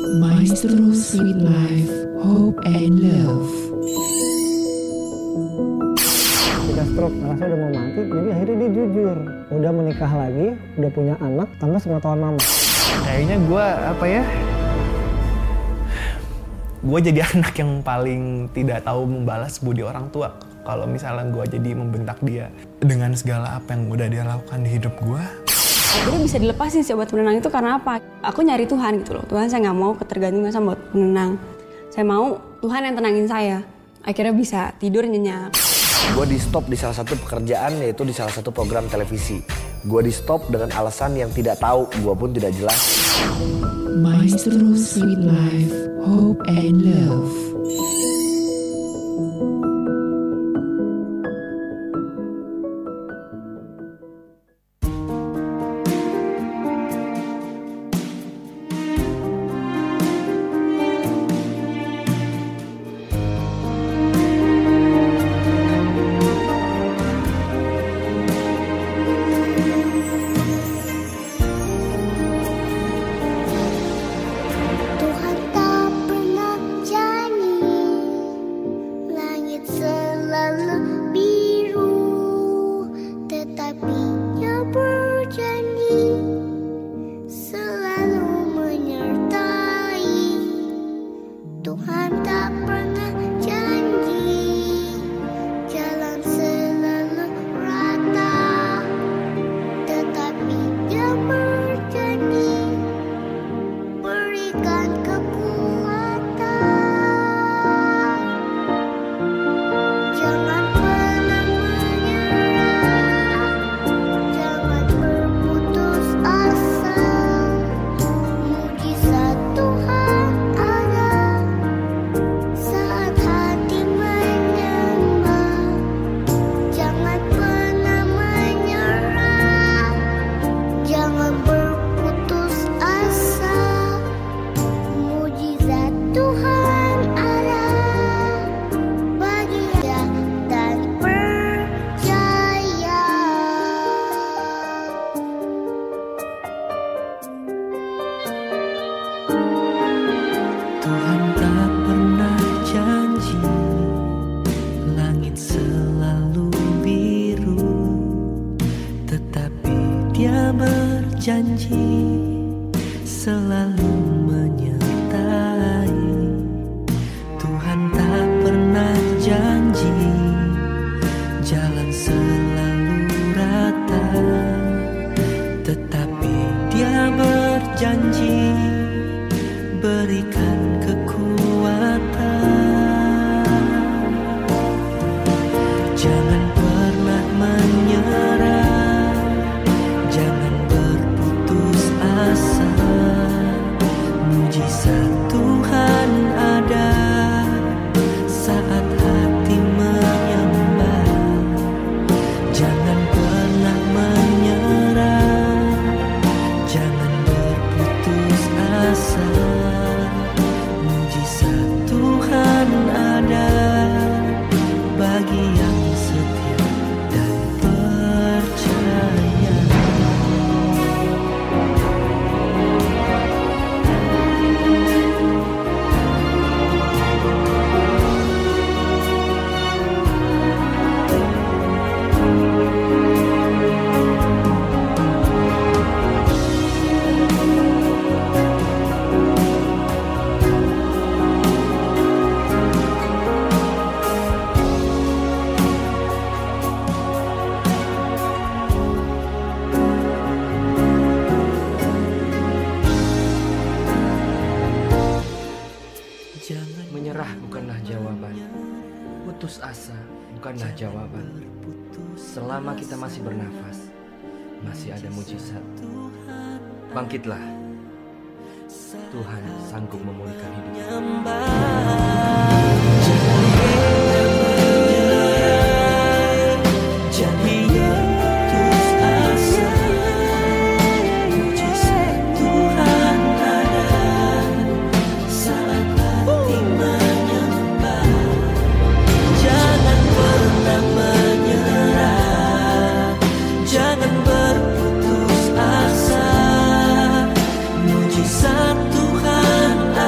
Maestro Sweet Life, Hope and Love. Ketika stroke, ngerasa udah mau mati, jadi akhirnya dia jujur. Udah menikah lagi, udah punya anak, tanpa sepengetahuan mama. Kayaknya gue jadi anak yang paling tidak tahu membalas budi orang tua. Kalau misalnya gue jadi membentak dia dengan segala apa yang udah dia lakukan di hidup gue. Akhirnya bisa dilepasin sih obat penenang itu karena apa? Aku nyari Tuhan gitu loh. Tuhan, saya nggak mau ketergantungan sama obat penenang. Saya mau Tuhan yang tenangin saya. Akhirnya bisa tidur nyenyak. Gue di stop di salah satu pekerjaan, yaitu di salah satu program televisi. Gue di stop dengan alasan yang tidak tahu, gue pun tidak jelas. Maestro Sweet Life, Hope and Love. Janji selalu menyertai. Tuhan tak pernah janji jalan selalu rata, tetapi Dia berjanji berikan kekuatan. Jangan pernah menyerah, jangan asa. Mujizat Tuhan ada saat hati menyembah. Jangan pernah menyerah, jangan berputus asa. Mujizat Tuhan ada bagi yang setia dan percaya. Menyerah bukanlah jawaban, putus asa bukanlah jawaban. Selama kita masih bernafas, masih ada mujizat. Bangkitlah, Tuhan sanggup memulihkan hidup. Tuhan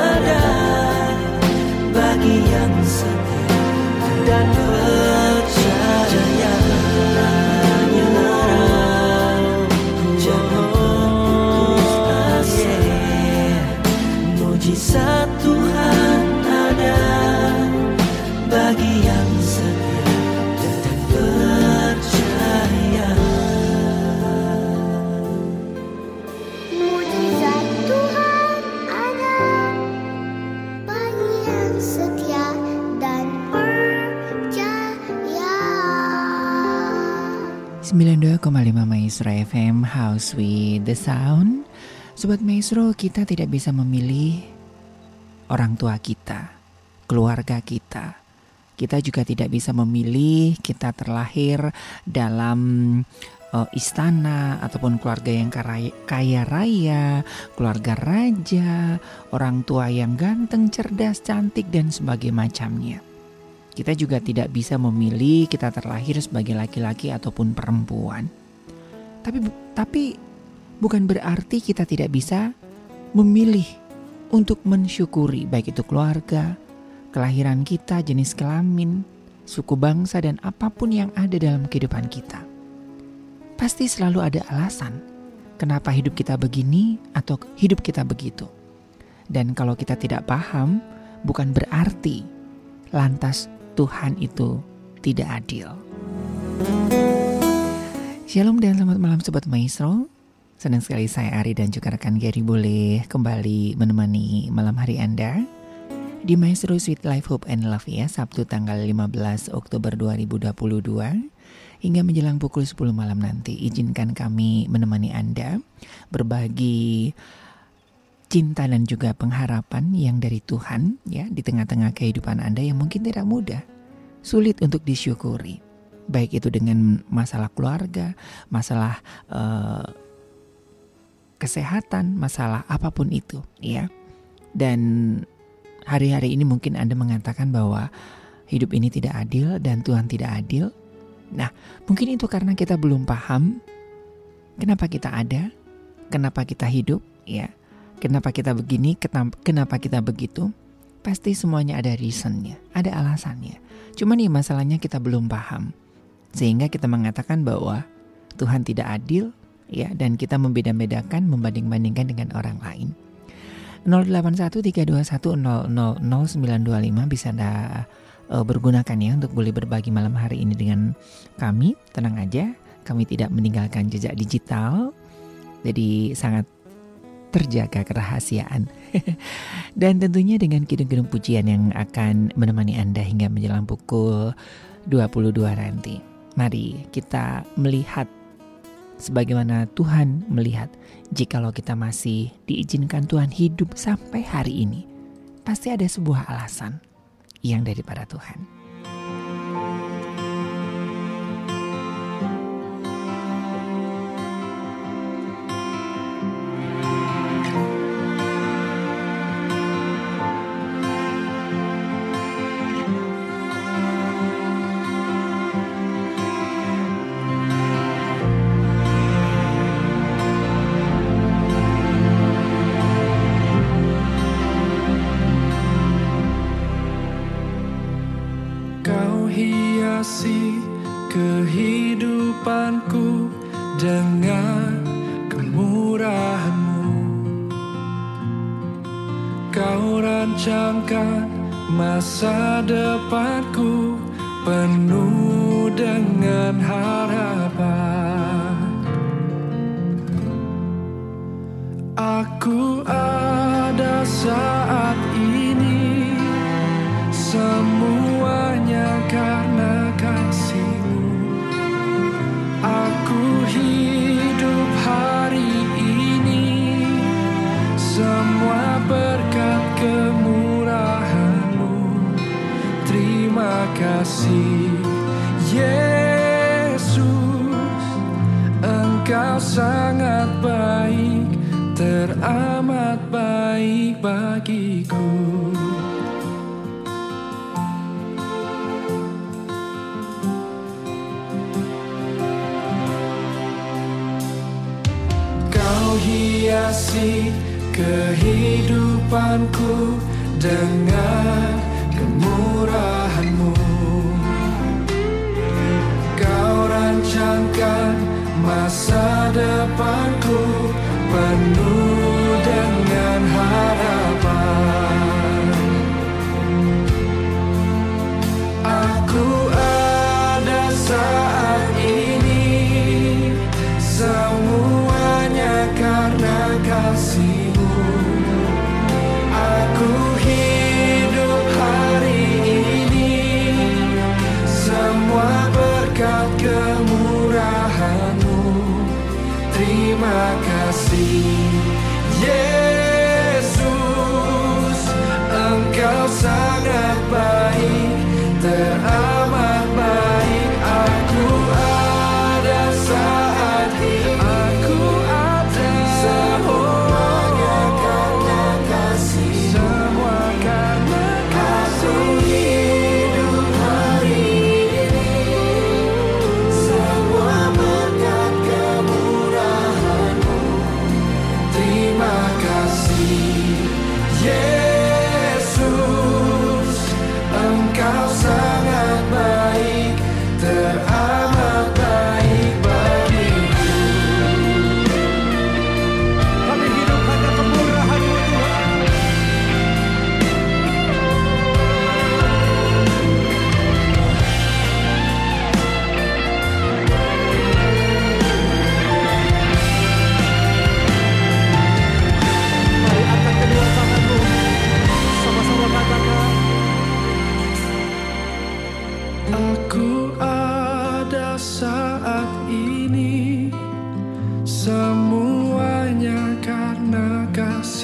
Maestro FM House with the Sound. Sobat Maestro, kita tidak bisa memilih orang tua kita, keluarga kita. Kita juga tidak bisa memilih kita terlahir dalam istana ataupun keluarga yang kaya raya, keluarga raja, orang tua yang ganteng, cerdas, cantik dan sebagainya macamnya. Kita juga tidak bisa memilih kita terlahir sebagai laki-laki ataupun perempuan. Tapi bukan berarti kita tidak bisa memilih untuk mensyukuri baik itu keluarga, kelahiran kita, jenis kelamin, suku bangsa dan apapun yang ada dalam kehidupan kita. Pasti selalu ada alasan kenapa hidup kita begini atau hidup kita begitu. Dan kalau kita tidak paham, bukan berarti lantas Tuhan itu tidak adil. Shalom dan selamat malam Sobat Maestro. Senang sekali saya Ari dan juga rekan Gary boleh kembali menemani malam hari Anda di Maestro Sweet Life Hope and Love ya, Sabtu tanggal 15 Oktober 2022 hingga menjelang pukul 10 malam nanti. Izinkan kami menemani Anda berbagi cinta dan juga pengharapan yang dari Tuhan ya di tengah-tengah kehidupan Anda yang mungkin tidak mudah, sulit untuk disyukuri. Baik itu dengan masalah keluarga, masalah kesehatan, masalah apapun itu ya. Dan hari-hari ini mungkin Anda mengatakan bahwa hidup ini tidak adil dan Tuhan tidak adil. Nah, mungkin itu karena kita belum paham kenapa kita ada, kenapa kita hidup ya. Kenapa kita begini, kenapa kita begitu? Pasti semuanya ada reasonnya, ada alasannya. Cuman ya masalahnya kita belum paham. Sehingga kita mengatakan bahwa Tuhan tidak adil ya, dan kita membeda-bedakan, membanding-bandingkan dengan orang lain. 081321000925 bisa Anda bergunakan ya untuk boleh berbagi malam hari ini dengan kami. Tenang aja, kami tidak meninggalkan jejak digital. Jadi sangat terjaga kerahasiaan. Dan tentunya dengan kidung-kidung pujian yang akan menemani Anda hingga menjelang pukul 22 nanti. Mari kita melihat sebagaimana Tuhan melihat. Jikalau kita masih diizinkan Tuhan hidup sampai hari ini, pasti ada sebuah alasan yang daripada Tuhan. Kehidupanku dengan kemurahan-Mu, Kau rancangkan masa depanku penuh dengan harapan. Aku ada saat ini, semuanya karena kasih-Mu. Aku hidup hari ini, semua berkat kemurahan-Mu. Terima kasih Yesus, Engkau sangat baik, teramat baik bagiku. Hiasi kehidupanku dengan kemurahan-Mu. Kau rancangkan masa depanku penuh dengan harapan. Aku ada saat ini, semuanya karena kasih-Mu. Aku hidup hari ini, semua berkat kemurahan-Mu.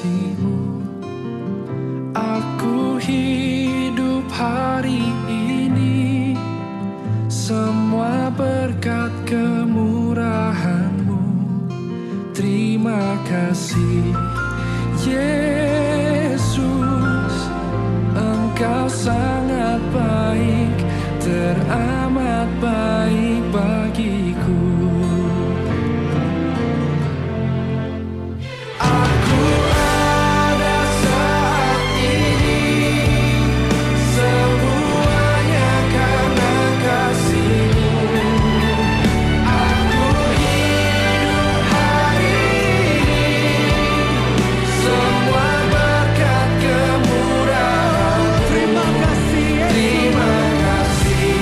kasih-Mu. Aku hidup hari ini semua berkat kemurahan-Mu. Terima kasih Yesus, Engkau sangat baik, teramat baik bagiku. Aku ada saat ini, semuanya karena kasih-Mu. Aku hidup hari ini, semua berkat kemurahan-Mu. Terima kasih Yesus. Terima kasih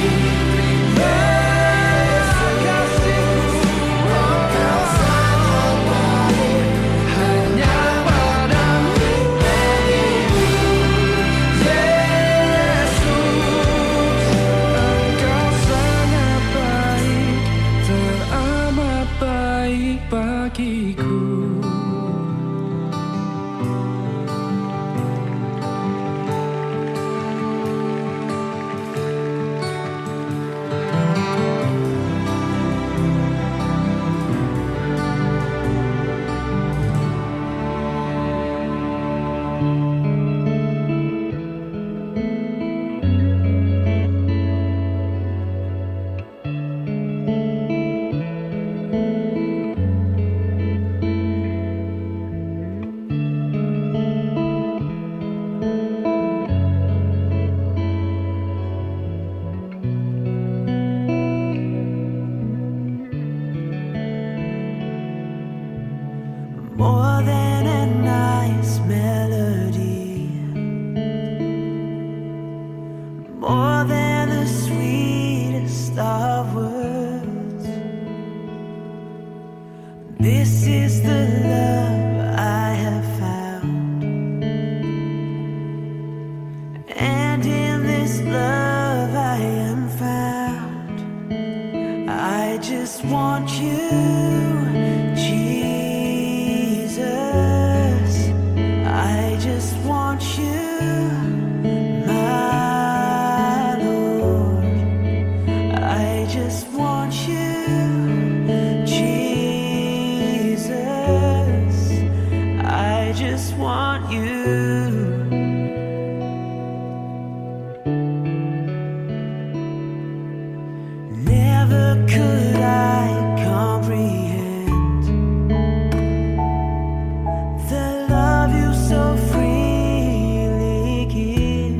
kasih-Mu. Engkau sangat baik, hanya padamu bagiku. Yesus, Engkau sangat baik, teramat baik bagiku. More than a nice melody, more than the sweetest of words. This is the love I have found, and in this love I am found. I just want you, I just want you, my Lord. I just want you, Jesus. I just want you. Never could I comprehend the love you so freely give.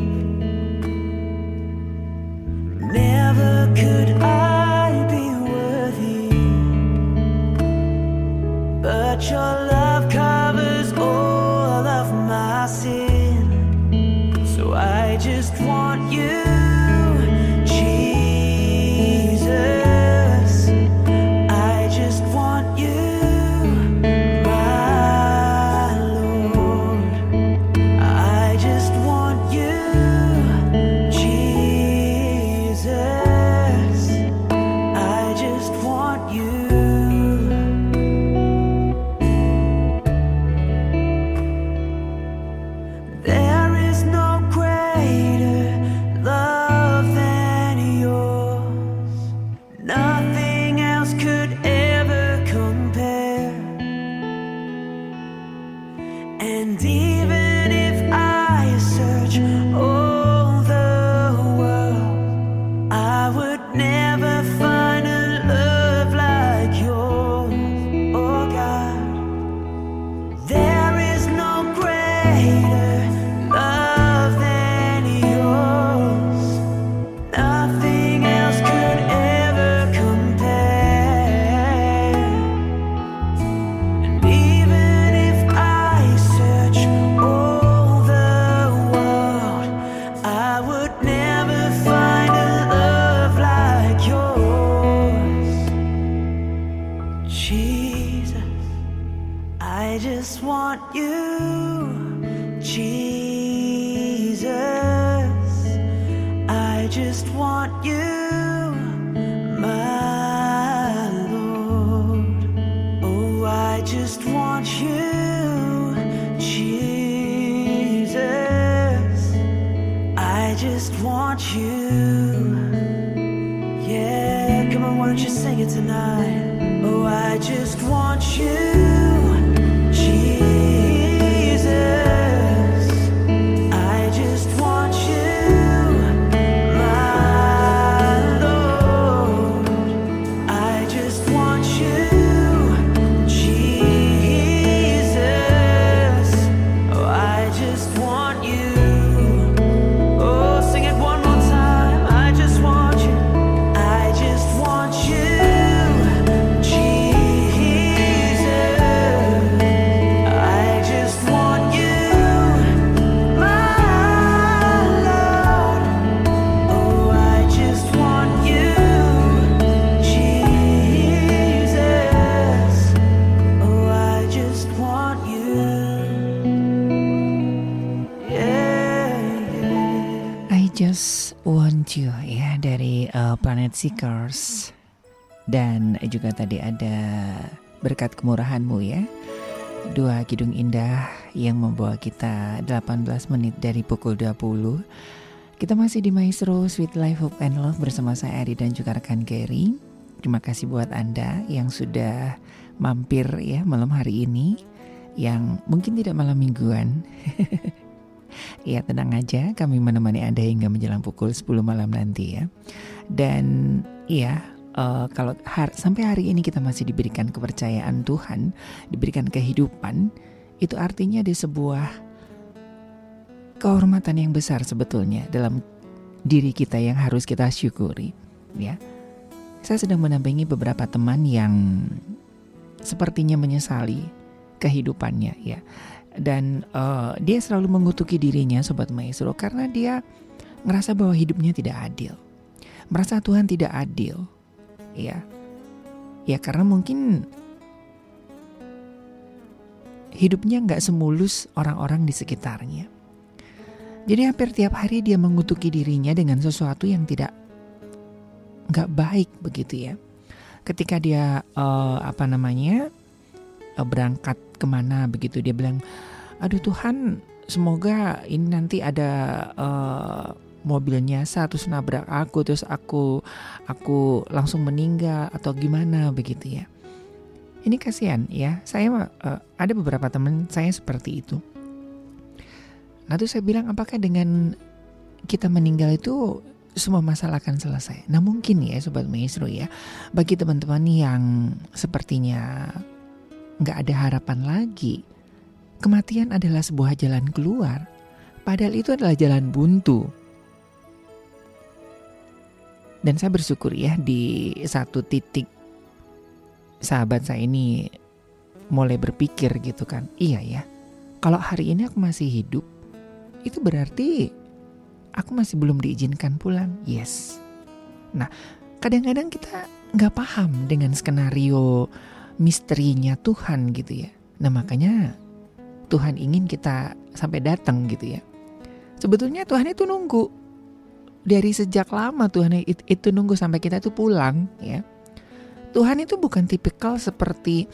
Never could I be worthy, but your love covers all of my sin. So I just want you, Jesus. I just want you, my Lord. I just want you, Jesus. I just want you. There is no greater love than yours. Nothing else could ever compare. And even if I search all the world, I would never find a love like yours, oh God. There is no greater love than yours. Nothing else could ever compare. And even if I search all the world, I would never find a love like yours, Jesus. I just want you, Jesus. I just want you, my Lord. Oh, I just want you, Jesus. just want you. Yeah, come on, why don't you sing it tonight? Oh, I just want you, Jesus. I just want you, my Lord. I just want you, Jesus. Oh, I just want you. Oh, sing it one more time. I just want you. I just want you, Jesus. I just want you, my Lord. Oh, I just want you, Jesus. Oh, I just want you. Yeah, yeah. I Just Want You ya dari Planet Seekers. Dan juga tadi ada Berkat Kemurahan-Mu ya. Dua kidung indah yang membawa kita 18 menit dari pukul 20. Kita masih di Maestro Sweet Life, Hope and Love bersama saya Ari dan juga rekan Gary. Terima kasih buat Anda yang sudah mampir ya malam hari ini, yang mungkin tidak malam mingguan. Ya tenang aja, kami menemani Anda hingga menjelang pukul 10 malam nanti ya. Dan ya kalau sampai hari ini kita masih diberikan kepercayaan Tuhan, diberikan kehidupan, itu artinya ada sebuah kehormatan yang besar sebetulnya dalam diri kita yang harus kita syukuri ya. Saya sedang mendampingi beberapa teman yang sepertinya menyesali kehidupannya ya. Dan dia selalu mengutuki dirinya Sobat Maestro karena dia ngerasa bahwa hidupnya tidak adil, merasa Tuhan tidak adil ya karena mungkin hidupnya gak semulus orang-orang di sekitarnya. Jadi hampir tiap hari dia mengutuki dirinya dengan sesuatu yang gak baik begitu ya. Ketika dia berangkat kemana begitu, dia bilang, aduh Tuhan, semoga ini nanti ada mobil nyasar terus nabrak aku, terus aku langsung meninggal atau gimana begitu ya. Ini kasihan ya. Saya ada beberapa teman saya seperti itu. Nah terus saya bilang, apakah dengan kita meninggal itu semua masalah akan selesai? Nah mungkin ya Sobat Maestro ya, bagi teman-teman yang sepertinya gak ada harapan lagi, kematian adalah sebuah jalan keluar, padahal itu adalah jalan buntu. Dan saya bersyukur ya, di satu titik sahabat saya ini mulai berpikir gitu kan, iya ya, kalau hari ini aku masih hidup, itu berarti aku masih belum diizinkan pulang. Yes. Nah kadang-kadang kita gak paham dengan skenario misterinya Tuhan gitu ya. Nah makanya Tuhan ingin kita sampai datang gitu ya. Sebetulnya Tuhan itu nunggu dari sejak lama. Tuhan itu nunggu sampai kita itu pulang ya. Tuhan itu bukan tipikal seperti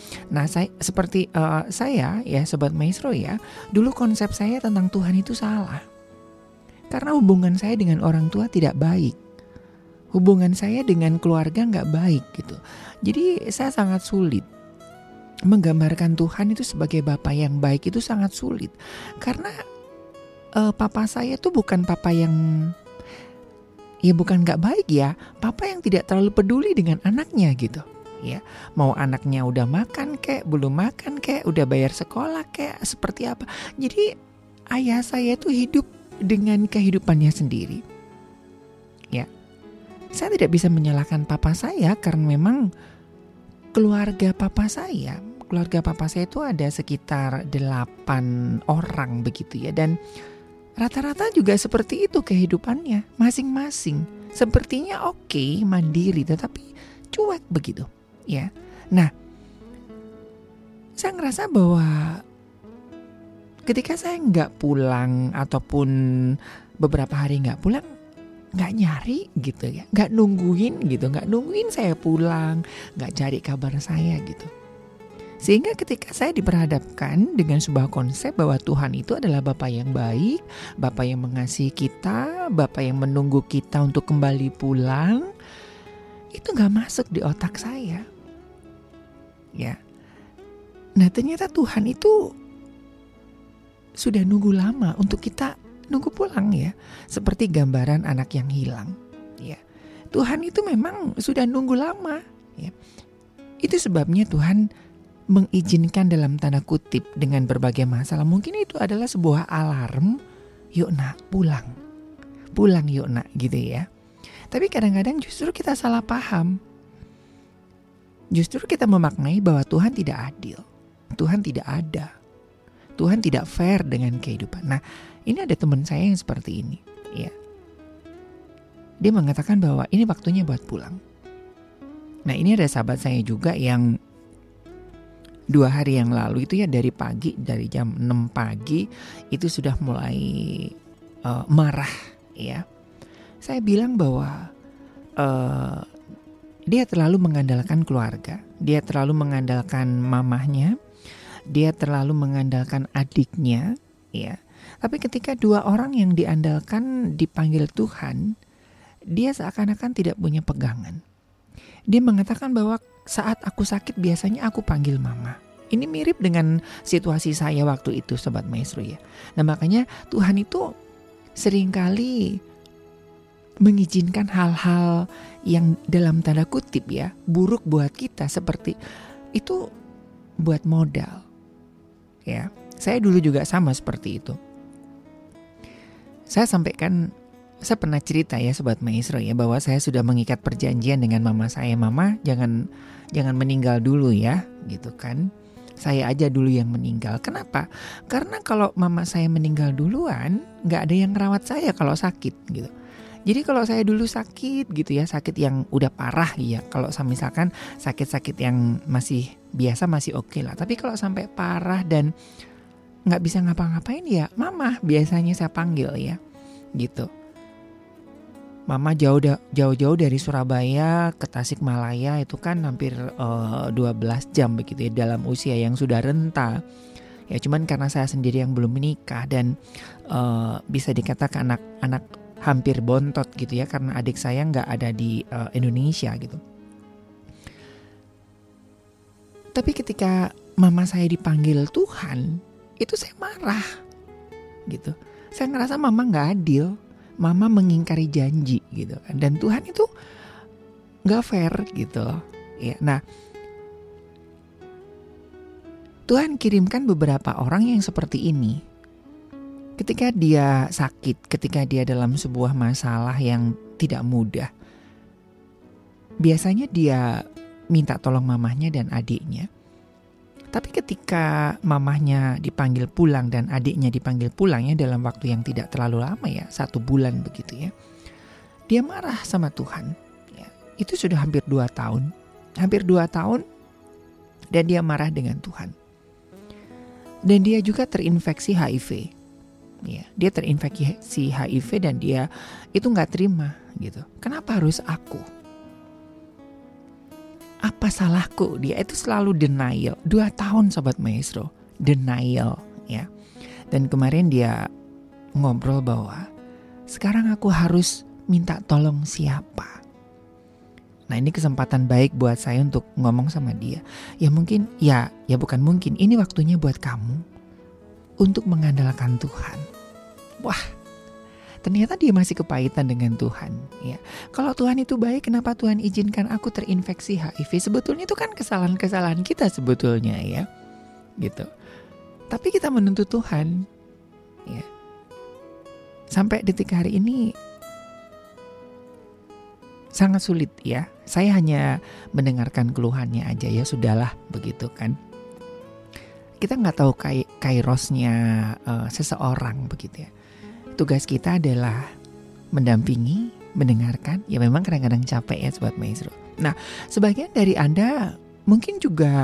saya ya Sobat Maestro ya. Dulu konsep saya tentang Tuhan itu salah. Karena hubungan saya dengan orang tua tidak baik. Hubungan saya dengan keluarga gak baik gitu. Jadi saya sangat sulit menggambarkan Tuhan itu sebagai Bapa yang baik, itu sangat sulit. Karena papa saya itu bukan papa yang, ya bukan gak baik ya, papa yang tidak terlalu peduli dengan anaknya gitu ya. Mau anaknya udah makan kek, belum makan kek, udah bayar sekolah kek, seperti apa. Jadi ayah saya itu hidup dengan kehidupannya sendiri ya. Saya tidak bisa menyalahkan papa saya karena memang keluarga papa saya itu ada sekitar 8 orang begitu ya. Dan rata-rata juga seperti itu kehidupannya masing-masing. Sepertinya oke, mandiri, tetapi cuek begitu ya. Nah saya ngerasa bahwa ketika saya gak pulang ataupun beberapa hari gak pulang, gak nyari gitu ya, gak nungguin saya pulang, gak cari kabar saya gitu. Sehingga ketika saya diperhadapkan dengan sebuah konsep bahwa Tuhan itu adalah Bapa yang baik, Bapa yang mengasihi kita, Bapa yang menunggu kita untuk kembali pulang, itu gak masuk di otak saya. Ya. Nah ternyata Tuhan itu sudah nunggu lama untuk kita nunggu pulang ya. Seperti gambaran anak yang hilang. Ya. Tuhan itu memang sudah nunggu lama. Ya. Itu sebabnya Tuhan mengizinkan dalam tanda kutip dengan berbagai masalah. Mungkin itu adalah sebuah alarm. Yuk nak pulang. Pulang yuk nak gitu ya. Tapi kadang-kadang justru kita salah paham. Justru kita memaknai bahwa Tuhan tidak adil. Tuhan tidak ada. Tuhan tidak fair dengan kehidupan. Nah ini ada teman saya yang seperti ini. Ya. Dia mengatakan bahwa ini waktunya buat pulang. Nah ini ada sahabat saya juga yang 2 hari yang lalu itu ya dari pagi, dari jam 6 pagi itu sudah mulai marah ya. Saya bilang bahwa dia terlalu mengandalkan keluarga, dia terlalu mengandalkan mamahnya, dia terlalu mengandalkan adiknya ya. Tapi ketika 2 orang yang diandalkan dipanggil Tuhan, dia seakan-akan tidak punya pegangan. Dia mengatakan bahwa saat aku sakit biasanya aku panggil mama. Ini mirip dengan situasi saya waktu itu Sobat Maestro ya. Nah makanya Tuhan itu seringkali mengizinkan hal-hal yang dalam tanda kutip ya buruk buat kita seperti itu buat modal. Ya, saya dulu juga sama seperti itu. Saya pernah cerita ya Sobat Maestro ya bahwa saya sudah mengikat perjanjian dengan mama saya. Mama jangan meninggal dulu ya gitu kan. Saya aja dulu yang meninggal. Kenapa? Karena kalau mama saya meninggal duluan gak ada yang ngerawat saya kalau sakit gitu. Jadi kalau saya dulu sakit gitu ya, sakit yang udah parah ya. Kalau misalkan sakit-sakit yang masih biasa masih oke lah. Tapi kalau sampai parah dan gak bisa ngapa-ngapain ya mama biasanya saya panggil ya gitu. Mama jauh-jauh dari Surabaya ke Tasikmalaya itu kan hampir 12 jam begitu ya dalam usia yang sudah renta. Ya cuman karena saya sendiri yang belum menikah dan bisa dikatakan anak hampir bontot gitu ya karena adik saya nggak ada di Indonesia gitu. Tapi ketika mama saya dipanggil Tuhan, itu saya marah gitu. Saya ngerasa mama nggak adil. Mama mengingkari janji gitu kan. Dan Tuhan itu gak fair gitu loh ya. Nah Tuhan kirimkan beberapa orang yang seperti ini. Ketika dia sakit, ketika dia dalam sebuah masalah yang tidak mudah, biasanya dia minta tolong mamahnya dan adiknya. Tapi ketika mamahnya dipanggil pulang dan adiknya dipanggil pulang ya dalam waktu yang tidak terlalu lama ya, 1 bulan begitu ya. Dia marah sama Tuhan. Ya, itu sudah hampir 2 tahun. Hampir 2 tahun dan dia marah dengan Tuhan. Dan dia juga terinfeksi HIV. Ya, dia terinfeksi HIV dan dia itu gak terima gitu. Kenapa harus aku? Apa salahku? Dia itu selalu denial. 2 tahun Sobat Maestro, denial ya. Dan kemarin dia ngobrol bahwa sekarang aku harus minta tolong siapa? Nah ini kesempatan baik buat saya untuk ngomong sama dia. Ya mungkin, ya bukan mungkin. Ini waktunya buat kamu untuk mengandalkan Tuhan. Wah. Ternyata dia masih kepahitan dengan Tuhan ya. Kalau Tuhan itu baik, kenapa Tuhan izinkan aku terinfeksi HIV? Sebetulnya itu kan kesalahan-kesalahan kita sebetulnya ya. Gitu. Tapi kita menuntut Tuhan ya. Sampai detik hari ini sangat sulit ya. Saya hanya mendengarkan keluhannya aja ya, sudahlah begitu kan. Kita gak tahu kairosnya seseorang begitu ya. Tugas kita adalah mendampingi, mendengarkan. Ya memang kadang-kadang capek ya Sobat Maestro. Nah sebagian dari Anda mungkin juga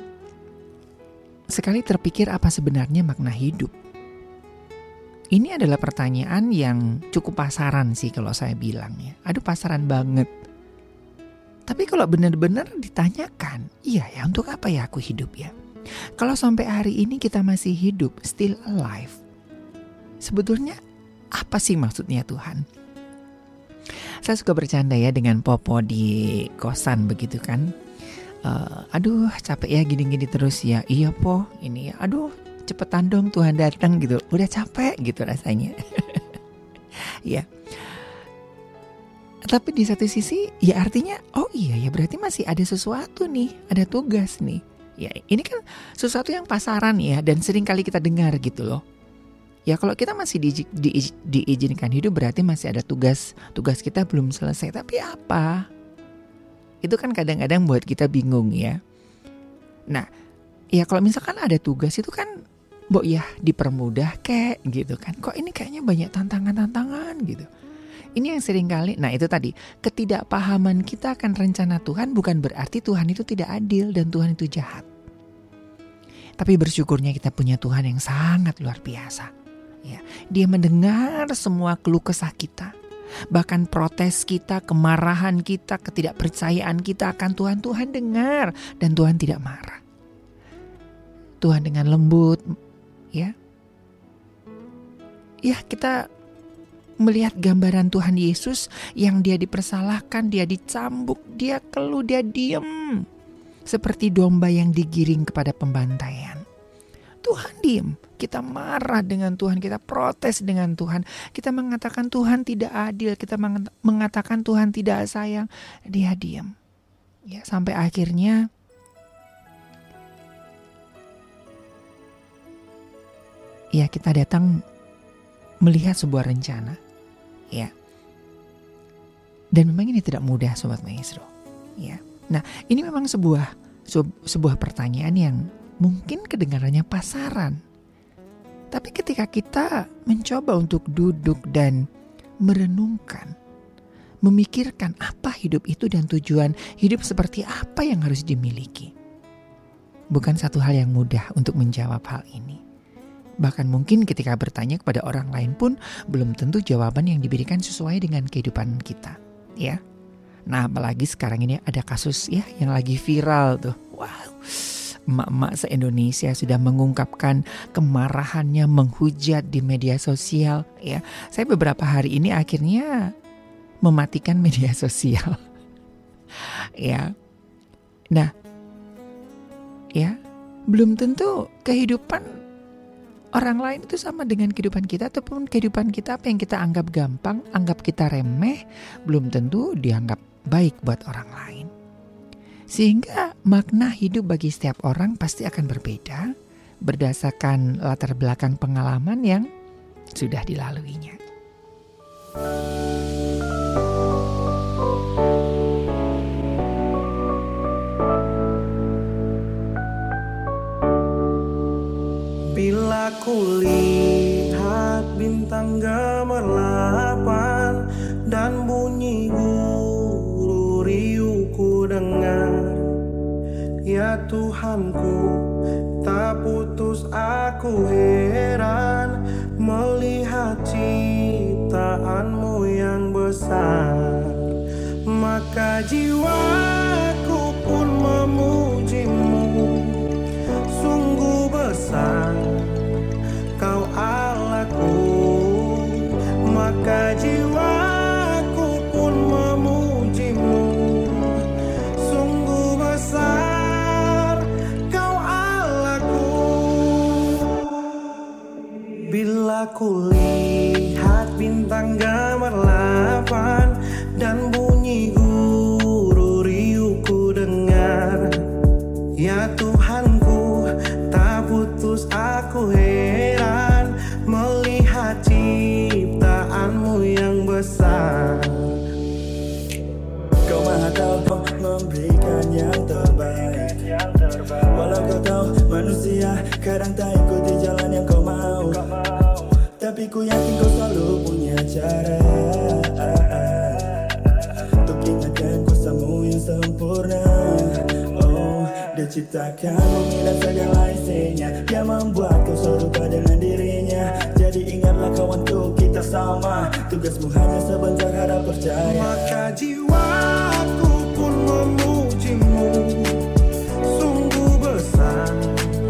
sekali terpikir apa sebenarnya makna hidup. Ini adalah pertanyaan yang cukup pasaran sih kalau saya bilang ya. Aduh pasaran banget. Tapi kalau benar-benar ditanyakan, iya ya untuk apa ya aku hidup ya? Kalau sampai hari ini kita masih hidup, still alive, sebetulnya apa sih maksudnya Tuhan? Saya suka bercanda ya dengan Popo di kosan begitu kan. Aduh capek ya gini-gini terus ya. Iya Po, ini ya. Aduh cepetan dong Tuhan datang gitu. Udah capek gitu rasanya. Ya. Tapi di satu sisi ya artinya oh iya ya berarti masih ada sesuatu nih, ada tugas nih. Ya ini kan sesuatu yang pasaran ya dan sering kali kita dengar gitu loh. Ya kalau kita masih diizinkan hidup berarti masih ada tugas kita belum selesai. Tapi apa? Itu kan kadang-kadang buat kita bingung ya. Nah ya kalau misalkan ada tugas itu kan Mbok ya dipermudah kek gitu kan. Kok ini kayaknya banyak tantangan-tantangan gitu. Ini yang sering kali, nah itu tadi, ketidakpahaman kita akan rencana Tuhan bukan berarti Tuhan itu tidak adil dan Tuhan itu jahat. Tapi bersyukurnya kita punya Tuhan yang sangat luar biasa. Ya, Dia mendengar semua keluh kesah kita. Bahkan protes kita, kemarahan kita, ketidakpercayaan kita akan Tuhan dengar dan Tuhan tidak marah. Tuhan dengan lembut, ya kita melihat gambaran Tuhan Yesus yang Dia dipersalahkan, Dia dicambuk, Dia keluh, Dia diem. Seperti domba yang digiring kepada pembantaian. Tuhan diem, kita marah dengan Tuhan, kita protes dengan Tuhan. Kita mengatakan Tuhan tidak adil, kita mengatakan Tuhan tidak sayang. Dia diem. Ya, sampai akhirnya ya kita datang melihat sebuah rencana. Ya. Dan memang ini tidak mudah Sobat Maestro. Ya. Nah, ini memang sebuah pertanyaan yang mungkin kedengarannya pasaran. Tapi ketika kita mencoba untuk duduk dan merenungkan, memikirkan apa hidup itu dan tujuan hidup seperti apa yang harus dimiliki. Bukan satu hal yang mudah untuk menjawab hal ini. Bahkan mungkin ketika bertanya kepada orang lain pun belum tentu jawaban yang diberikan sesuai dengan kehidupan kita, ya. Nah, apalagi sekarang ini ada kasus ya yang lagi viral tuh. Wow. Emak-emak se-Indonesia sudah mengungkapkan kemarahannya menghujat di media sosial, ya. Saya beberapa hari ini akhirnya mematikan media sosial. Ya. Nah, ya, belum tentu kehidupan orang lain itu sama dengan kehidupan kita ataupun kehidupan kita apa yang kita anggap gampang, anggap kita remeh, belum tentu dianggap baik buat orang lain. Sehingga makna hidup bagi setiap orang pasti akan berbeda berdasarkan latar belakang pengalaman yang sudah dilaluinya. Bila kulihat bintang gemerlapan dan bunyi guru riuhku dengar, ya Tuhanku, tak putus aku heran melihat ciptaanmu yang besar. Maka jiwaku pun memujimu, sungguh besar Kau Allahku. Maka jiwaku pun memujimu, sungguh besar Kau Allahku. Bila kulihat bintang gemerlapan dan bunyi guru riuhku dengar, ya Tuhanku, tak putus aku heran melihat ciptaanmu yang besar. Kau maha tahu memberikan yang terbaik. Walau kau tahu manusia kadang tak ikuti jalan yang kau mau, tapi ku yakin kau selalu punya cara untuk ingatkan kuasamu yang sempurna. Dia ciptakan bumi dan segala isinya, Dia membuat kau serupa dengan dirinya. Jadi ingatlah kawanku, kita sama, tugasmu hanya sebentar, harap percaya. Maka jiwaku pun memujimu, sungguh besar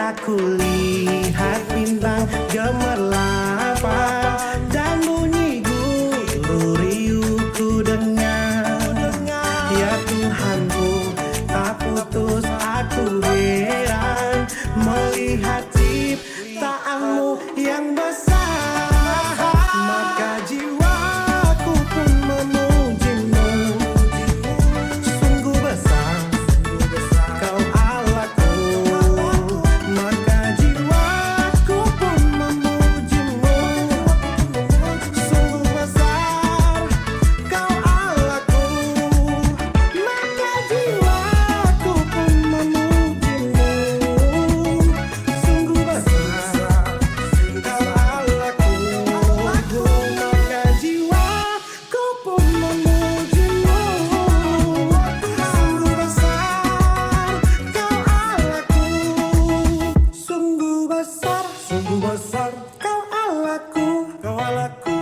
Bila ku lihat bintang gemerlapan dan bunyi guru riuhku dengar, ya Tuhanku tak putus aku heran melihat ciptaanmu yang besar, maka jiwaku pun memujimu. Sungguh besar kau Allahku, maka jiwaku pun memujimu. Sungguh besar kau Allahku, maka jiwaku pun memujimu. Sungguh besar kau Allahku, maka jiwaku pun memujimu. Sungguh besar kau Allahku, sungguh besar kau Allahku, kau Allahku.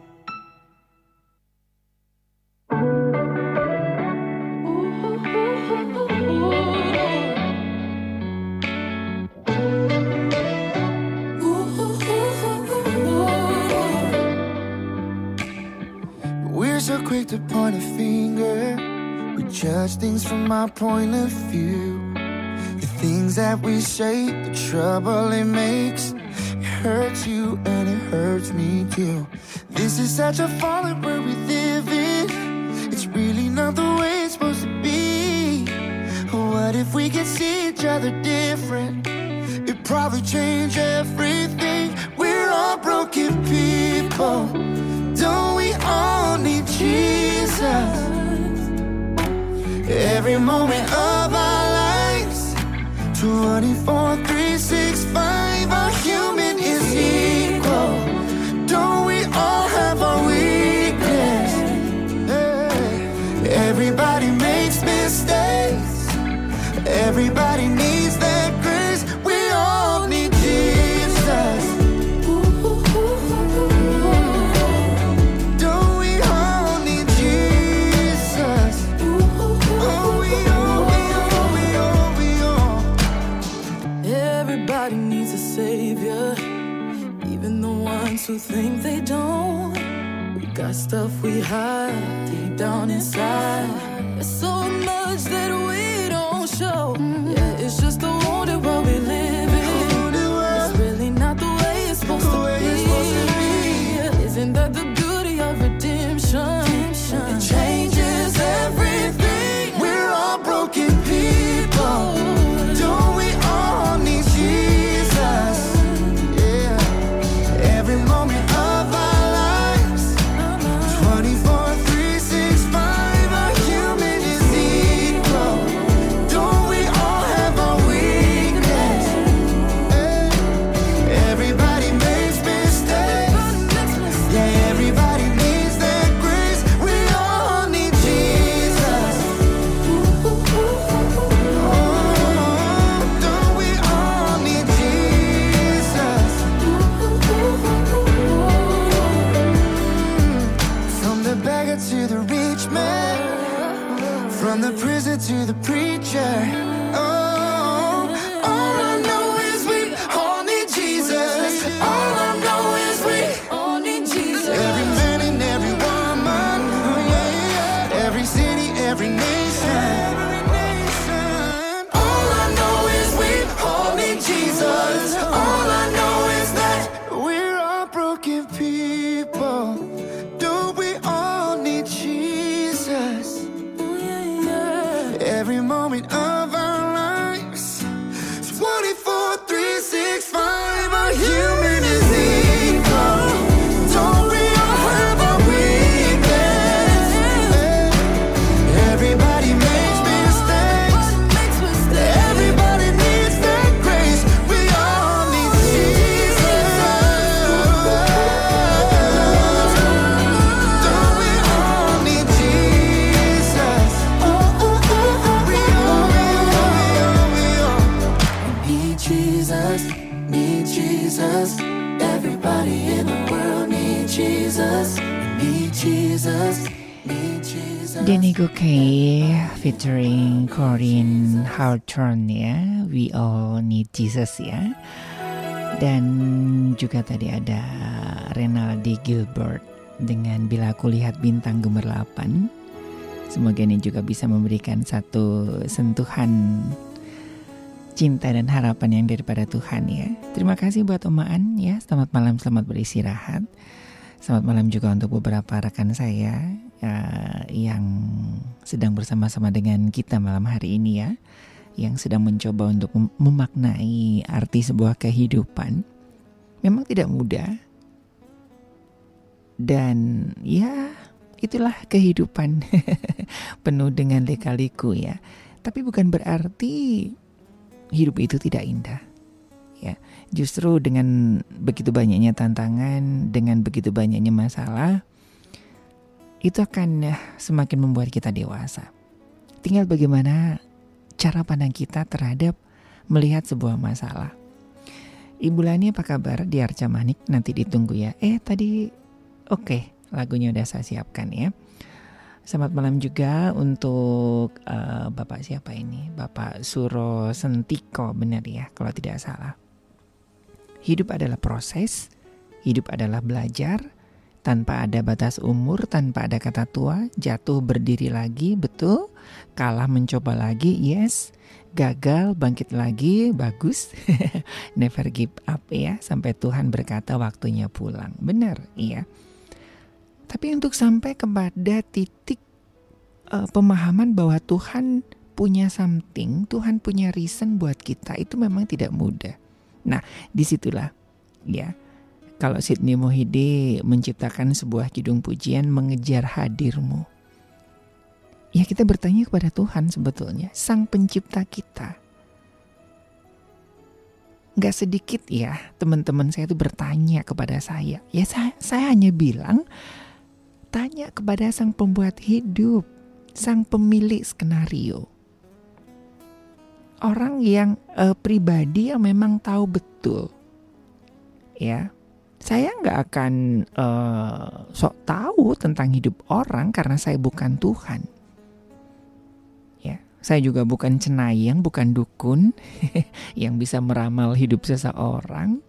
We're so quick to point a finger. We judge things from our point of view. The things that we say, the trouble it makes, it hurts you and it hurts me too. This is such a fallen world we live in. It's really not the way it's supposed to be. What if we could see each other different? It'd probably change everything. We're all broken people. Don't we all need Jesus? Every moment of our lives, 24, 3, 6, 5, our human is equal. Don't we all have our weakness? Hey. Everybody makes mistakes. Everybody needs that grace. We all need Jesus. Don't we all need Jesus? Oh, we all. Everybody needs a savior, even the ones who think they don't. We got stuff we hide deep down inside. There's so much that we don't show. Yeah, it's just the wounded world we live in. It's really not the way it's supposed to be. Isn't that the beauty of redemption? It changes everything. We're all broken people. Don't we all need Jesus? Yeah. Every moment of our lives, 24, 3, 6, 5, our human is equal. Don't we all have our weakness? Hey. Everybody makes mistakes. Yeah, everybody needs that grace. We all need Jesus. Don't we all need Jesus? From the beggar to the rich man, from the prison to the preacher. Oh, all I know is we all need Jesus. All I know is we all need Jesus. Every man and every woman, oh yeah, yeah. Every city, every nation. All I know is we all need Jesus. All I know is that we're all broken people. Don't we all need Jesus? Every moment of our lives, 24, 3, 6, 5, our human is equal. Don't we all have our weakness? Everybody makes mistakes. Everybody needs that grace. We all need Jesus. Don't we all need Jesus? We all need Jesus. Need Jesus. Everybody in the world need Jesus. Need Jesus. Danny Gokey featuring Corinne Hawthorne ya, We All Need Jesus ya. Dan juga tadi ada Renaldi Gilbert dengan Bila Aku Lihat Bintang Gemerlapan. Semoga ini juga bisa memberikan satu sentuhan cinta dan harapan yang daripada Tuhan ya. Terima kasih buat Om Aan ya. Selamat malam, selamat beristirahat. Selamat malam juga untuk beberapa rekan saya yang sedang bersama-sama dengan kita malam hari ini ya, yang sedang mencoba untuk memaknai arti sebuah kehidupan. Memang tidak mudah, dan ya itulah kehidupan penuh dengan lika-liku ya. Tapi bukan berarti hidup itu tidak indah ya. Justru dengan begitu banyaknya tantangan, dengan begitu banyaknya masalah, itu akan semakin membuat kita dewasa. Tinggal bagaimana cara pandang kita terhadap melihat sebuah masalah. Ibu Lani apa kabar di Arca Manik? Nanti ditunggu ya. Tadi oke, lagunya udah saya siapkan ya. Selamat malam juga untuk Bapak siapa ini? Bapak Suro Sentiko, benar ya kalau tidak salah. Hidup adalah proses, hidup adalah belajar. Tanpa ada batas umur, tanpa ada kata tua, jatuh berdiri lagi, betul. Kalah mencoba lagi, yes. Gagal bangkit lagi, bagus. Never give up ya, sampai Tuhan berkata waktunya pulang. Benar, iya. Tapi untuk sampai kepada titik pemahaman bahwa Tuhan punya something, Tuhan punya reason buat kita, itu memang tidak mudah. Nah, disitulah ya. Kalau Sidney Mohede menciptakan sebuah kidung pujian mengejar hadirmu, ya kita bertanya kepada Tuhan sebetulnya, Sang Pencipta kita. Gak sedikit ya teman-teman saya itu bertanya kepada saya. Ya saya hanya bilang, tanya kepada Sang Pembuat hidup, Sang Pemilik skenario. Orang yang pribadi yang memang tahu betul. Ya. Saya nggak akan sok tahu tentang hidup orang karena saya bukan Tuhan. Ya, saya juga bukan cenayang, bukan dukun yang bisa meramal hidup seseorang.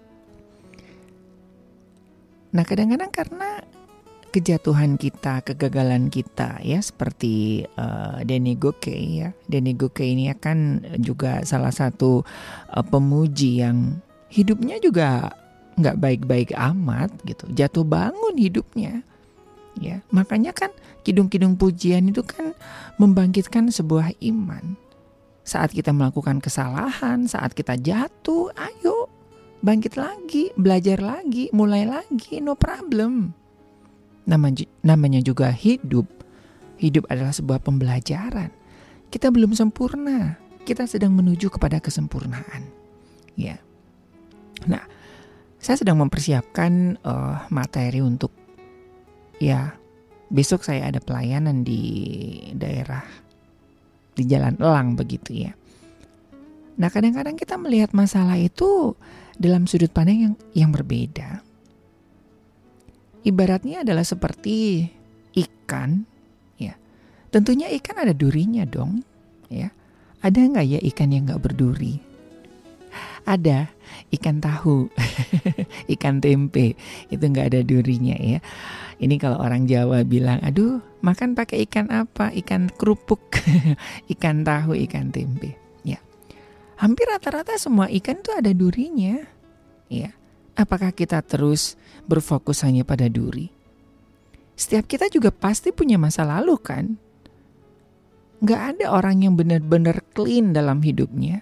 Nah, kadang-kadang karena kejatuhan kita, kegagalan kita, ya seperti Danny Gokey ya. Danny Gokey ini kan juga salah satu pemuji yang hidupnya juga nggak baik-baik amat gitu, jatuh bangun hidupnya ya. Makanya kan kidung-kidung pujian itu kan membangkitkan sebuah iman. Saat kita melakukan kesalahan, saat kita jatuh, ayo bangkit lagi, belajar lagi, mulai lagi, no problem. Namanya juga hidup. Hidup adalah sebuah pembelajaran. Kita belum sempurna, kita sedang menuju kepada kesempurnaan ya. Nah, saya sedang mempersiapkan materi untuk ya besok saya ada pelayanan di daerah di Jalan Elang begitu ya. Nah, kadang-kadang kita melihat masalah itu dalam sudut pandang yang berbeda. Ibaratnya adalah seperti ikan ya. Tentunya ikan ada durinya dong ya. Ada nggak ya ikan yang nggak berduri? Ada, ikan tahu, ikan tempe, itu nggak ada durinya ya. Ini kalau orang Jawa bilang, aduh makan pakai ikan apa? Ikan kerupuk, ikan tahu, ikan tempe. Ya, hampir rata-rata semua ikan itu ada durinya. Ya, apakah kita terus berfokus hanya pada duri? Setiap kita juga pasti punya masa lalu kan? Nggak ada orang yang benar-benar clean dalam hidupnya.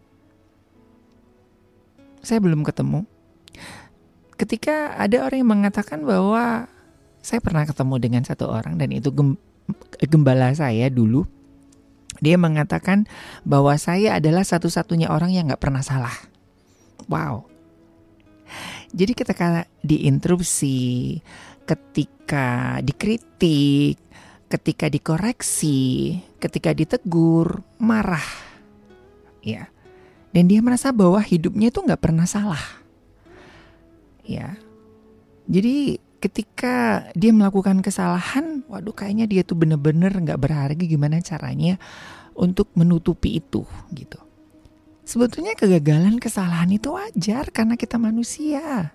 Saya belum ketemu. Ketika ada orang yang mengatakan bahwa saya pernah ketemu dengan satu orang dan itu gembala saya dulu. Dia mengatakan bahwa saya adalah satu-satunya orang yang gak pernah salah. Wow. Jadi ketika diinterupsi, ketika dikritik, ketika dikoreksi, ketika ditegur, marah. Ya. Dan dia merasa bahwa hidupnya itu gak pernah salah. Ya. Jadi ketika dia melakukan kesalahan, waduh kayaknya dia tuh bener-bener gak berharga, gimana caranya untuk menutupi itu gitu. Sebetulnya kegagalan, kesalahan itu wajar karena kita manusia.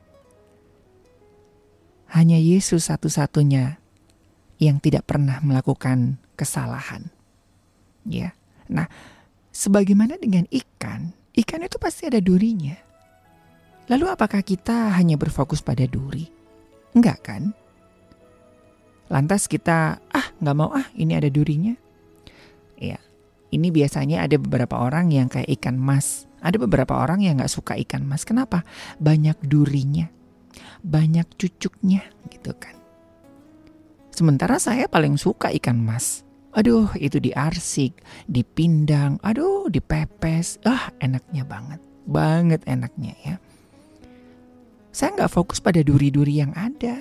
Hanya Yesus satu-satunya yang tidak pernah melakukan kesalahan. Ya. Nah, sebagaimana dengan ikan itu pasti ada durinya. Lalu apakah kita hanya berfokus pada duri? Enggak kan? Lantas kita, gak mau ini ada durinya. Ya, ini biasanya ada beberapa orang yang kayak ikan mas. Ada beberapa orang yang gak suka ikan mas. Kenapa? Banyak durinya, banyak cucuknya gitu kan. Sementara saya paling suka ikan mas. Aduh, itu diarsik, dipindang, aduh dipepes. Enaknya banget. Banget enaknya ya. Saya nggak fokus pada duri-duri yang ada.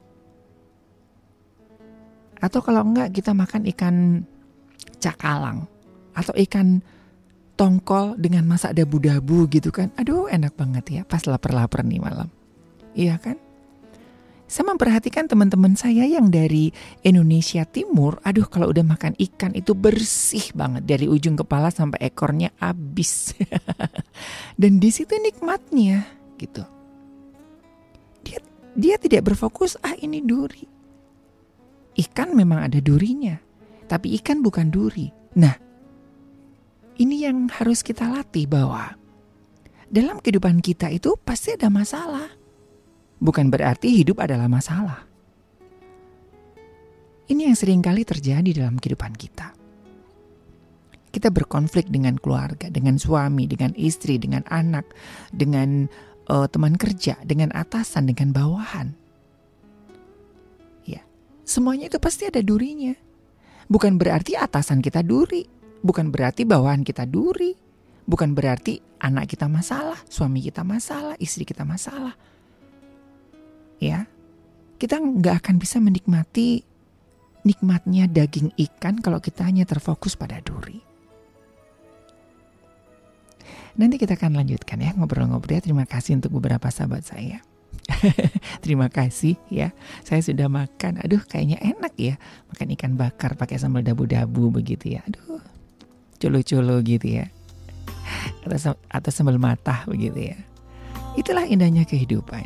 Atau kalau enggak kita makan ikan cakalang. Atau ikan tongkol dengan masak dabu-dabu gitu kan. Aduh enak banget ya pas lapar-lapar nih malam. Iya kan? Saya memperhatikan teman-teman saya yang dari Indonesia Timur. Aduh kalau udah makan ikan itu bersih banget. Dari ujung kepala sampai ekornya habis. Dan di situ nikmatnya gitu. Dia tidak berfokus, ini duri. Ikan memang ada durinya, tapi ikan bukan duri. Nah, ini yang harus kita latih bahwa dalam kehidupan kita itu pasti ada masalah. Bukan berarti hidup adalah masalah. Ini yang seringkali terjadi dalam kehidupan kita. Kita berkonflik dengan keluarga, dengan suami, dengan istri, dengan anak, dengan teman kerja, dengan atasan, dengan bawahan. Ya, semuanya itu pasti ada durinya. Bukan berarti atasan kita duri, bukan berarti bawahan kita duri, bukan berarti anak kita masalah, suami kita masalah, istri kita masalah. Ya, kita nggak akan bisa menikmati nikmatnya daging ikan kalau kita hanya terfokus pada duri. Nanti kita akan lanjutkan ya ngobrol-ngobrol. Terima kasih untuk beberapa sahabat saya. Terima kasih ya. Saya sudah makan. Aduh kayaknya enak ya. Makan ikan bakar pakai sambal dabu-dabu begitu ya. Aduh colo-colo gitu ya. Atau sambal matah begitu ya. Itulah indahnya kehidupan.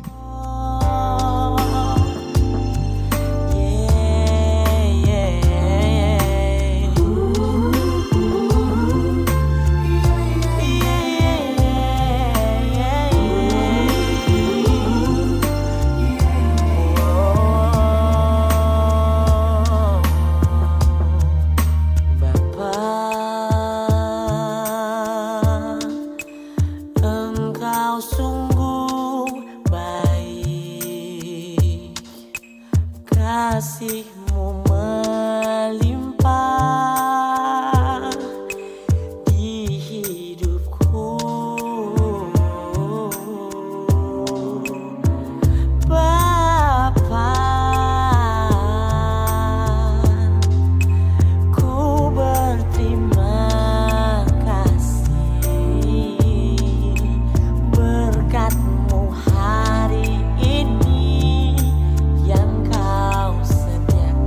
Kasihmu melimpah di hidupku, Bapa. Ku berterima kasih berkat-Mu hari ini yang Kau sediakan.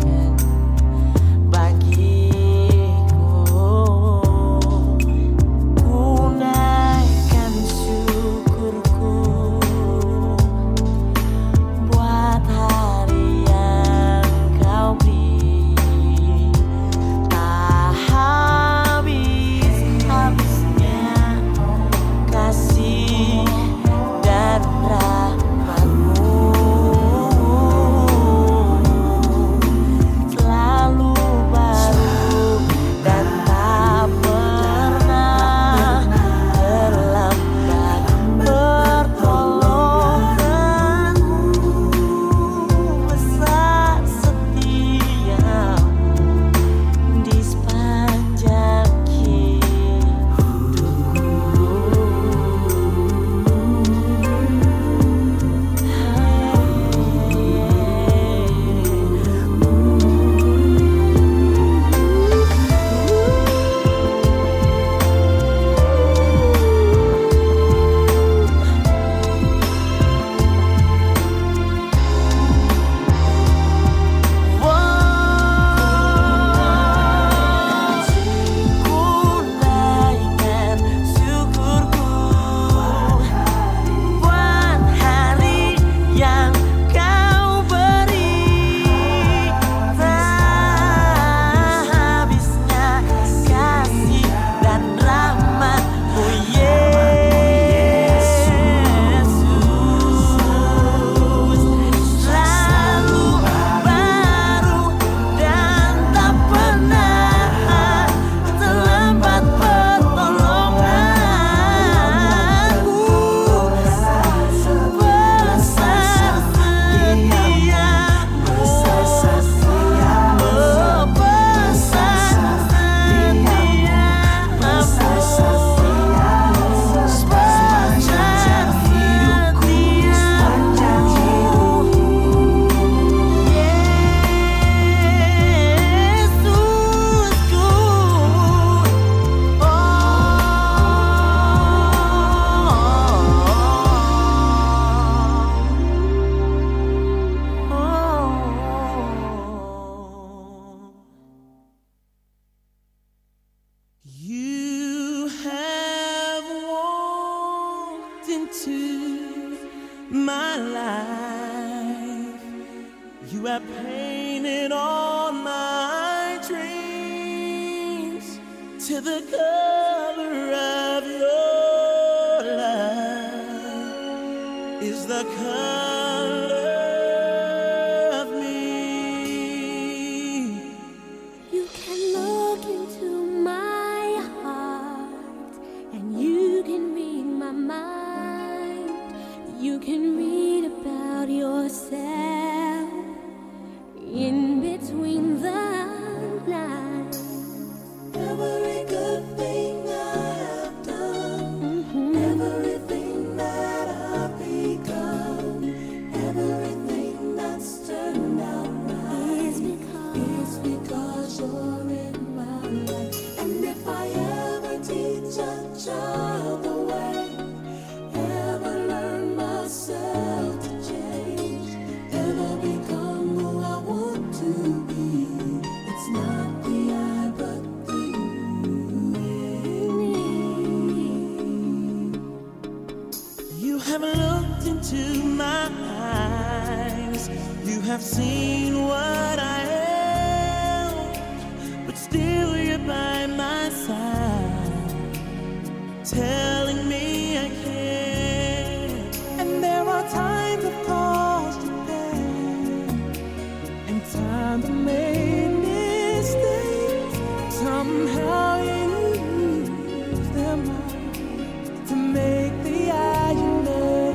into my life. You have painted all my dreams to the color of your love is the color of me. You can look into my heart and you can read my mind. You can read about yourself in between the lines. Every good thing I have done, everything that I've become, everything that's turned out right is because you're in my life. And if I ever teach a child the way, ever learn myself to change, ever become who I want to be, it's not the I but the You have looked into my eyes, you have seen what I am, but still you're by my side, telling me I can't. And there are times I've caused you pain, and times I made mistakes. Somehow you use them to make the eye you made.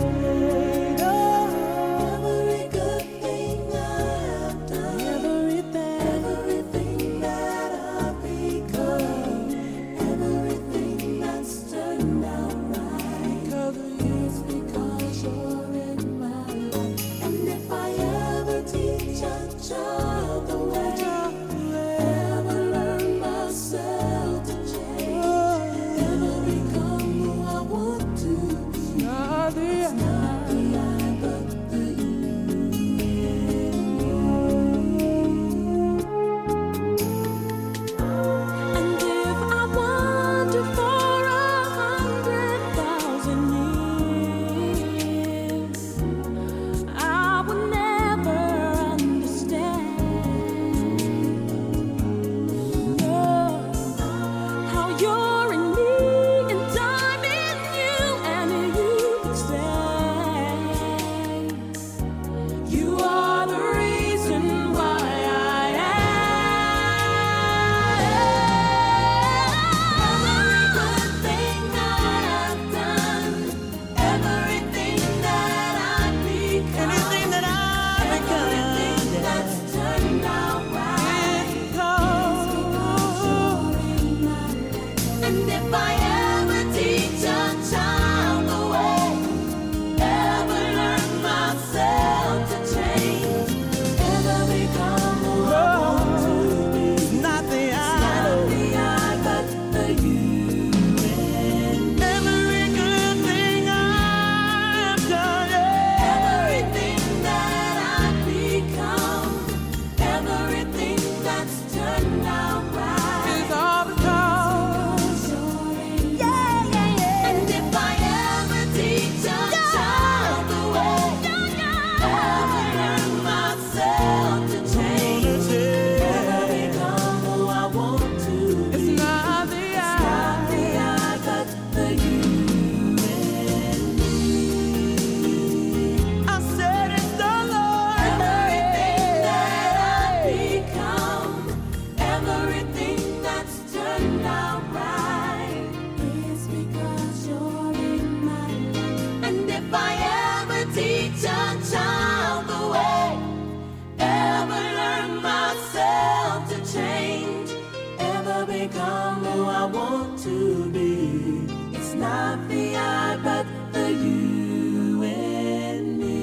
Every good thing I have done, everything that I've become, everything that's turned out right, it's because you're in my life. And if I ever teach a child the way, ever learn myself to change, ever become who I want to be, it's not the I but the And if I wander for 100,000 years, I will never understand, no, how you're in me and I'm in you, and you can say you are the reason why I am. Every good thing that I've done, everything that I've become, Anything that I've become, everything that's turned out right, it's because you're in my life. And if I ever teach a child the way, ever learn myself to change, ever become who I want to be, not the it's I. not the I but the you and me. Every good thing I've done, Everything that I've become, everything that's turned out right, is all because you're in yeah. And if I ever teach a child the way, ever learn myself to change, ever become who I want to be, it's not the it's not the I but the you and me. I said it's the Lord. Everything that I've become, everything that's turned out right, is because you're in my life. And if I ever teach a child the way, ever learn myself to change, ever become who I want to be, it's not the I but the you and me.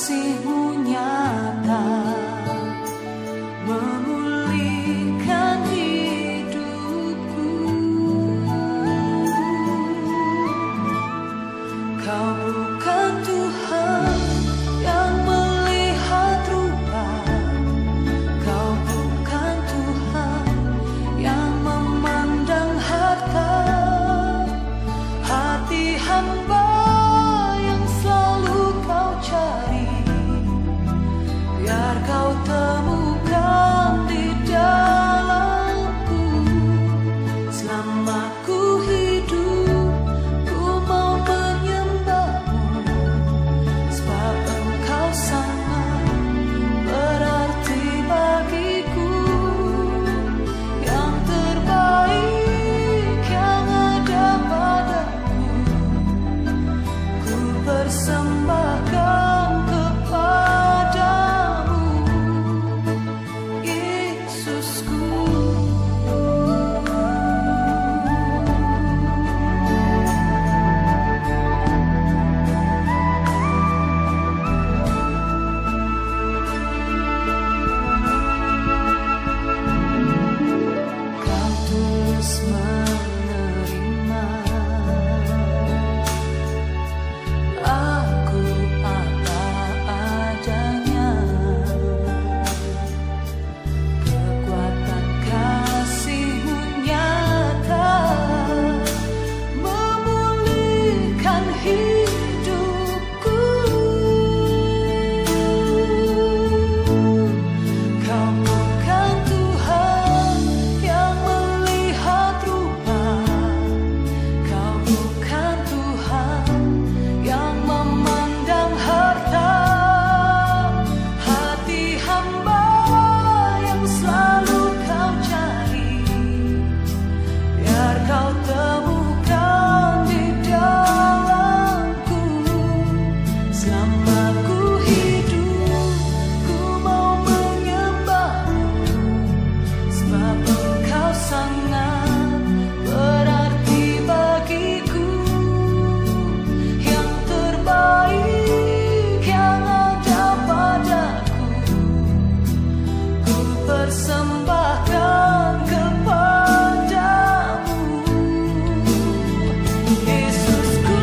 kasih-Mu nyata memulihkan hidupku. Kau bukan Tuhan yang melihat rupa, Kau bukan Tuhan yang memandang harta. Hati hamba yang selalu Kau cari, biar Kau temukan di dalamku. Selama ku hidup, ku mau menyembah-Mu, sebab Engkau sangat berarti bagiku. Yang terbaik yang ada padaku, ku persembahkan kepadamu, Yesusku. Kau tulus menerima aku apa adanya. Kekuatan kasih-Mu nyata memulihkan hidupku. Kau bukan Tuhan yang melihat rupa, Kau bukan Tuhan yang memandang harta. Hati hamba yang selalu Kau cari, biar Kau temukan di dalamku. Selama ku hidup, ku mau menyembah-Mu, sebab Engkau sangat berarti bagiku. Yang terbaik yang ada padaku, ku persembahkan kepadamu, Yesusku.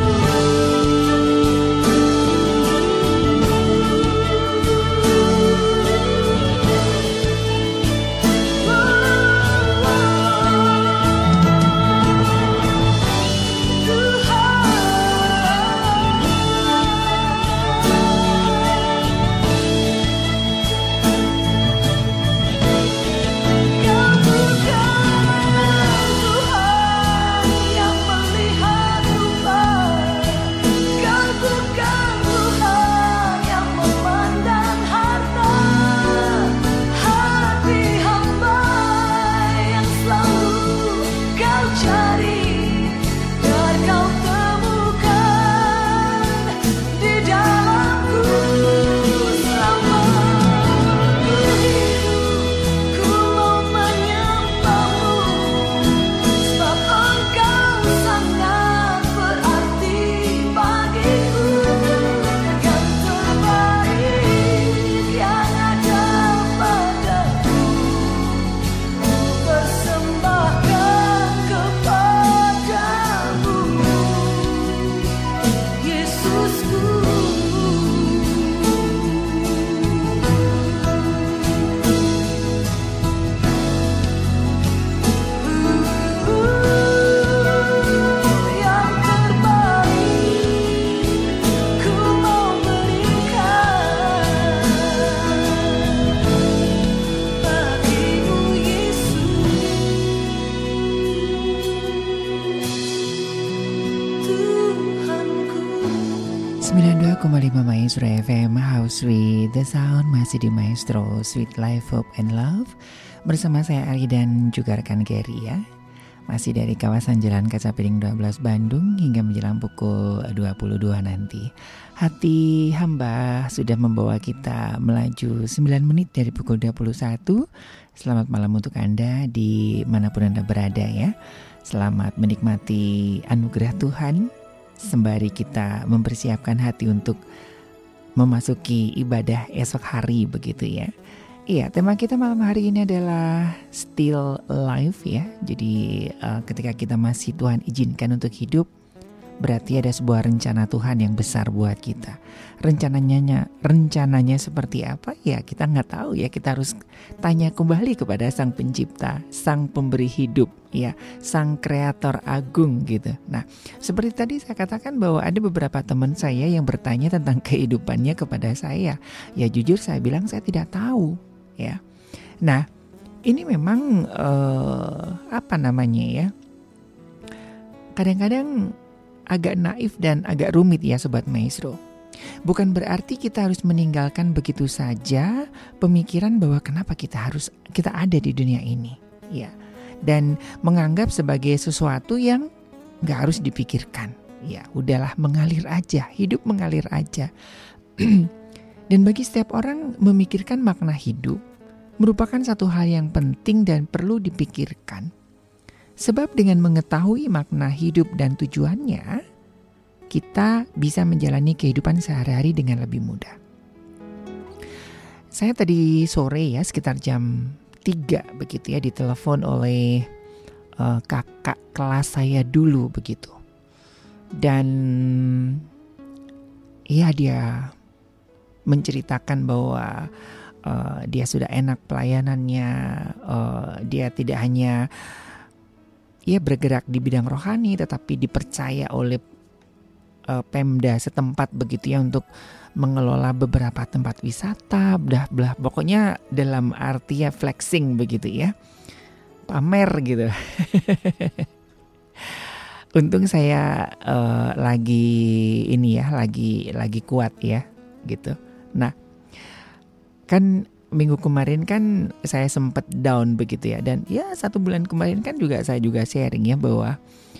Maestro FM, House with the Sound, masih di Maestro Sweet Life, Hope and Love. Bersama saya Ari dan juga rekan Gary ya. Masih dari kawasan Jalan Kaca Piring 12 Bandung hingga menjelang pukul 22 nanti. Hati hamba sudah membawa kita melaju 9 menit dari pukul 21. Selamat malam untuk Anda di manapun Anda berada ya. Selamat menikmati anugerah Tuhan sembari kita mempersiapkan hati untuk memasuki ibadah esok hari begitu ya. Iya, tema kita malam hari ini adalah still alive ya. Jadi ketika kita masih Tuhan izinkan untuk hidup, berarti ada sebuah rencana Tuhan yang besar buat kita. Rencananya seperti apa? Ya kita nggak tahu ya. Kita harus tanya kembali kepada Sang Pencipta, Sang Pemberi hidup, ya, Sang Kreator Agung gitu. Nah, seperti tadi saya katakan bahwa ada beberapa teman saya yang bertanya tentang kehidupannya kepada saya. Ya jujur saya bilang saya tidak tahu, ya. Nah, ini memang apa namanya ya? Kadang-kadang agak naif dan agak rumit ya Sobat Maestro. Bukan berarti kita harus meninggalkan begitu saja pemikiran bahwa kenapa kita ada di dunia ini, ya. Dan menganggap sebagai sesuatu yang nggak harus dipikirkan. Ya, udahlah mengalir aja, hidup mengalir aja. Dan bagi setiap orang memikirkan makna hidup merupakan satu hal yang penting dan perlu dipikirkan. Sebab dengan mengetahui makna hidup dan tujuannya, kita bisa menjalani kehidupan sehari-hari dengan lebih mudah. Saya tadi sore ya sekitar jam 3 begitu ya ditelepon oleh kakak kelas saya dulu begitu. Dan ya dia menceritakan bahwa dia sudah enak pelayanannya, dia tidak hanya bergerak di bidang rohani tetapi dipercaya oleh Pemda setempat begitu ya untuk mengelola beberapa tempat wisata, pokoknya dalam arti ya flexing begitu ya, pamer gitu. Untung saya lagi kuat ya gitu. Nah kan minggu kemarin kan saya sempat down begitu ya, dan ya 1 bulan kemarin kan saya juga sharing ya bahwa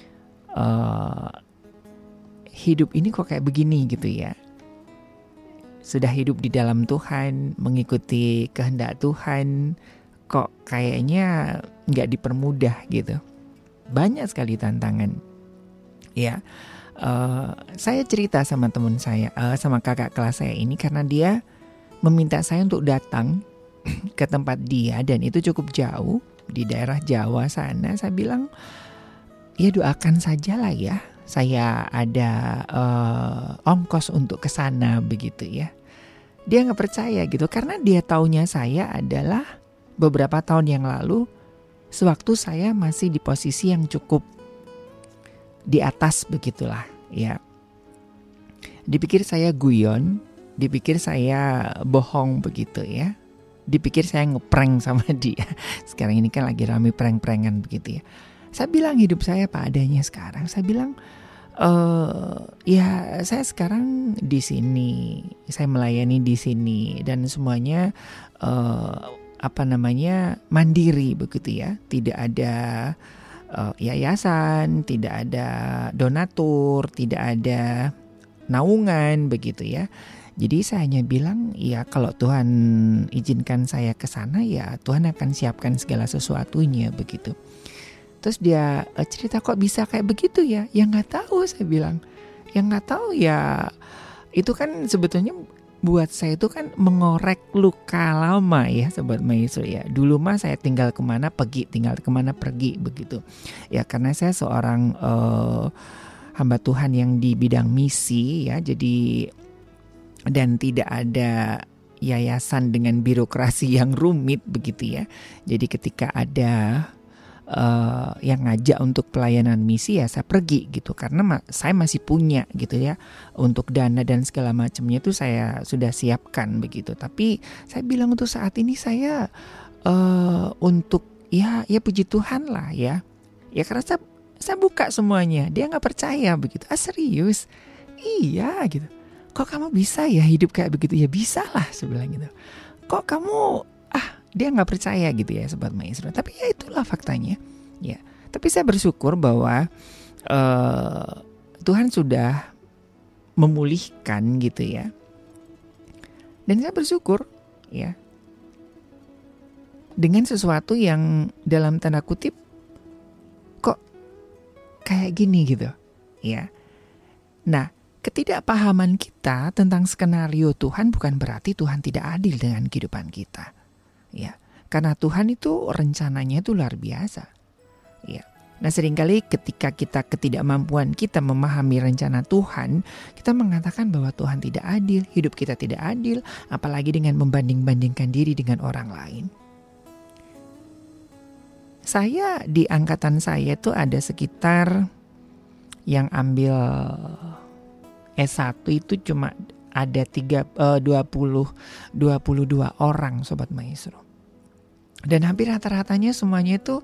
hidup ini kok kayak begini gitu ya. Sudah hidup di dalam Tuhan, mengikuti kehendak Tuhan, kok kayaknya nggak dipermudah gitu. Banyak sekali tantangan. Ya, saya cerita sama teman saya, sama kakak kelas saya ini karena dia meminta saya untuk datang ke tempat dia dan itu cukup jauh di daerah Jawa sana. Saya bilang, ya doakan sajalah ya. Saya ada ongkos untuk ke sana begitu ya. Dia nggak percaya gitu karena dia taunya saya adalah beberapa tahun yang lalu sewaktu saya masih di posisi yang cukup di atas begitulah ya. Dipikir saya guyon, dipikir saya bohong begitu ya. Dipikir saya ngeprank sama dia. Sekarang ini kan lagi rame prank-prankan begitu ya. Saya bilang hidup saya apa adanya sekarang. Saya bilang ya saya sekarang di sini, saya melayani di sini dan semuanya mandiri begitu ya. Tidak ada yayasan, tidak ada donatur, tidak ada naungan begitu ya. Jadi saya hanya bilang ya kalau Tuhan izinkan saya ke sana ya Tuhan akan siapkan segala sesuatunya begitu. Terus dia cerita kok bisa kayak begitu ya? Ya nggak tahu saya bilang. Ya nggak tahu ya. Itu kan sebetulnya buat saya itu kan mengorek luka lama ya Sobat Maestro ya. Dulu mah saya tinggal kemana pergi begitu. Ya karena saya seorang hamba Tuhan yang di bidang misi ya. Jadi dan tidak ada yayasan dengan birokrasi yang rumit begitu ya. Jadi ketika ada yang ngajak untuk pelayanan misi ya saya pergi gitu karena saya masih punya gitu ya untuk dana dan segala macamnya itu saya sudah siapkan begitu. Tapi saya bilang untuk saat ini saya untuk ya puji Tuhan lah ya karena saya buka semuanya. Dia nggak percaya begitu. Serius? Iya gitu. Kok kamu bisa ya hidup kayak begitu? Ya bisa lah saya bilang gitu. Kok kamu dia nggak percaya gitu ya Sobat Maestro. Tapi ya itulah faktanya. Ya. Tapi saya bersyukur bahwa Tuhan sudah memulihkan gitu ya. Dan saya bersyukur ya dengan sesuatu yang dalam tanda kutip kok kayak gini gitu ya. Nah ketidakpahaman kita tentang skenario Tuhan bukan berarti Tuhan tidak adil dengan kehidupan kita. Ya, karena Tuhan itu rencananya itu luar biasa. Ya. Nah, seringkali ketika kita ketidakmampuan kita memahami rencana Tuhan, kita mengatakan bahwa Tuhan tidak adil, hidup kita tidak adil, apalagi dengan membanding-bandingkan diri dengan orang lain. Saya di angkatan saya itu ada sekitar yang ambil S1 itu cuma ada 22 orang Sobat Maestro. Dan hampir rata-ratanya semuanya itu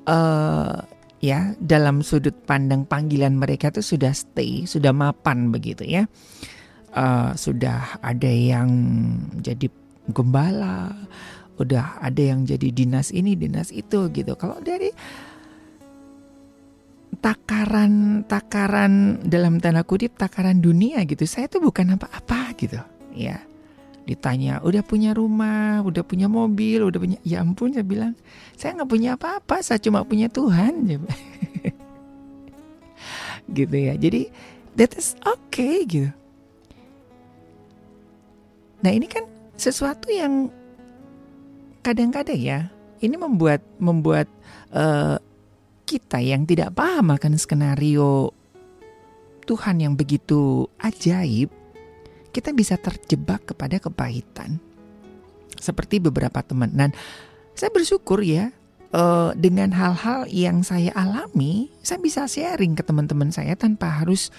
ya dalam sudut pandang panggilan mereka itu sudah stay, sudah mapan begitu ya. Sudah ada yang jadi gembala, udah ada yang jadi dinas ini, dinas itu gitu. Kalau dari takaran dalam tanda kutip takaran dunia gitu, saya tuh bukan apa-apa gitu ya. Ditanya udah punya rumah, udah punya mobil, udah punya, ya ampun, saya bilang saya nggak punya apa-apa, saya cuma punya Tuhan gitu ya. Jadi that is okay gitu. Nah, ini kan sesuatu yang kadang-kadang ya, ini membuat kita yang tidak paham akan skenario Tuhan yang begitu ajaib, kita bisa terjebak kepada kepahitan. Seperti beberapa teman. Dan saya bersyukur ya, dengan hal-hal yang saya alami, saya bisa sharing ke teman-teman saya tanpa harus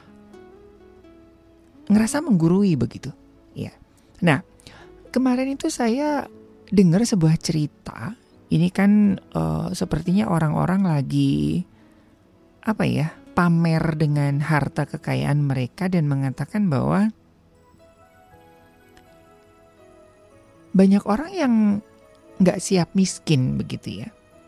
ngerasa menggurui begitu. Ya. Nah, kemarin itu saya dengar sebuah cerita. Ini kan sepertinya orang-orang lagi pamer dengan harta kekayaan mereka dan mengatakan bahwa banyak orang yang nggak siap miskin begitu ya.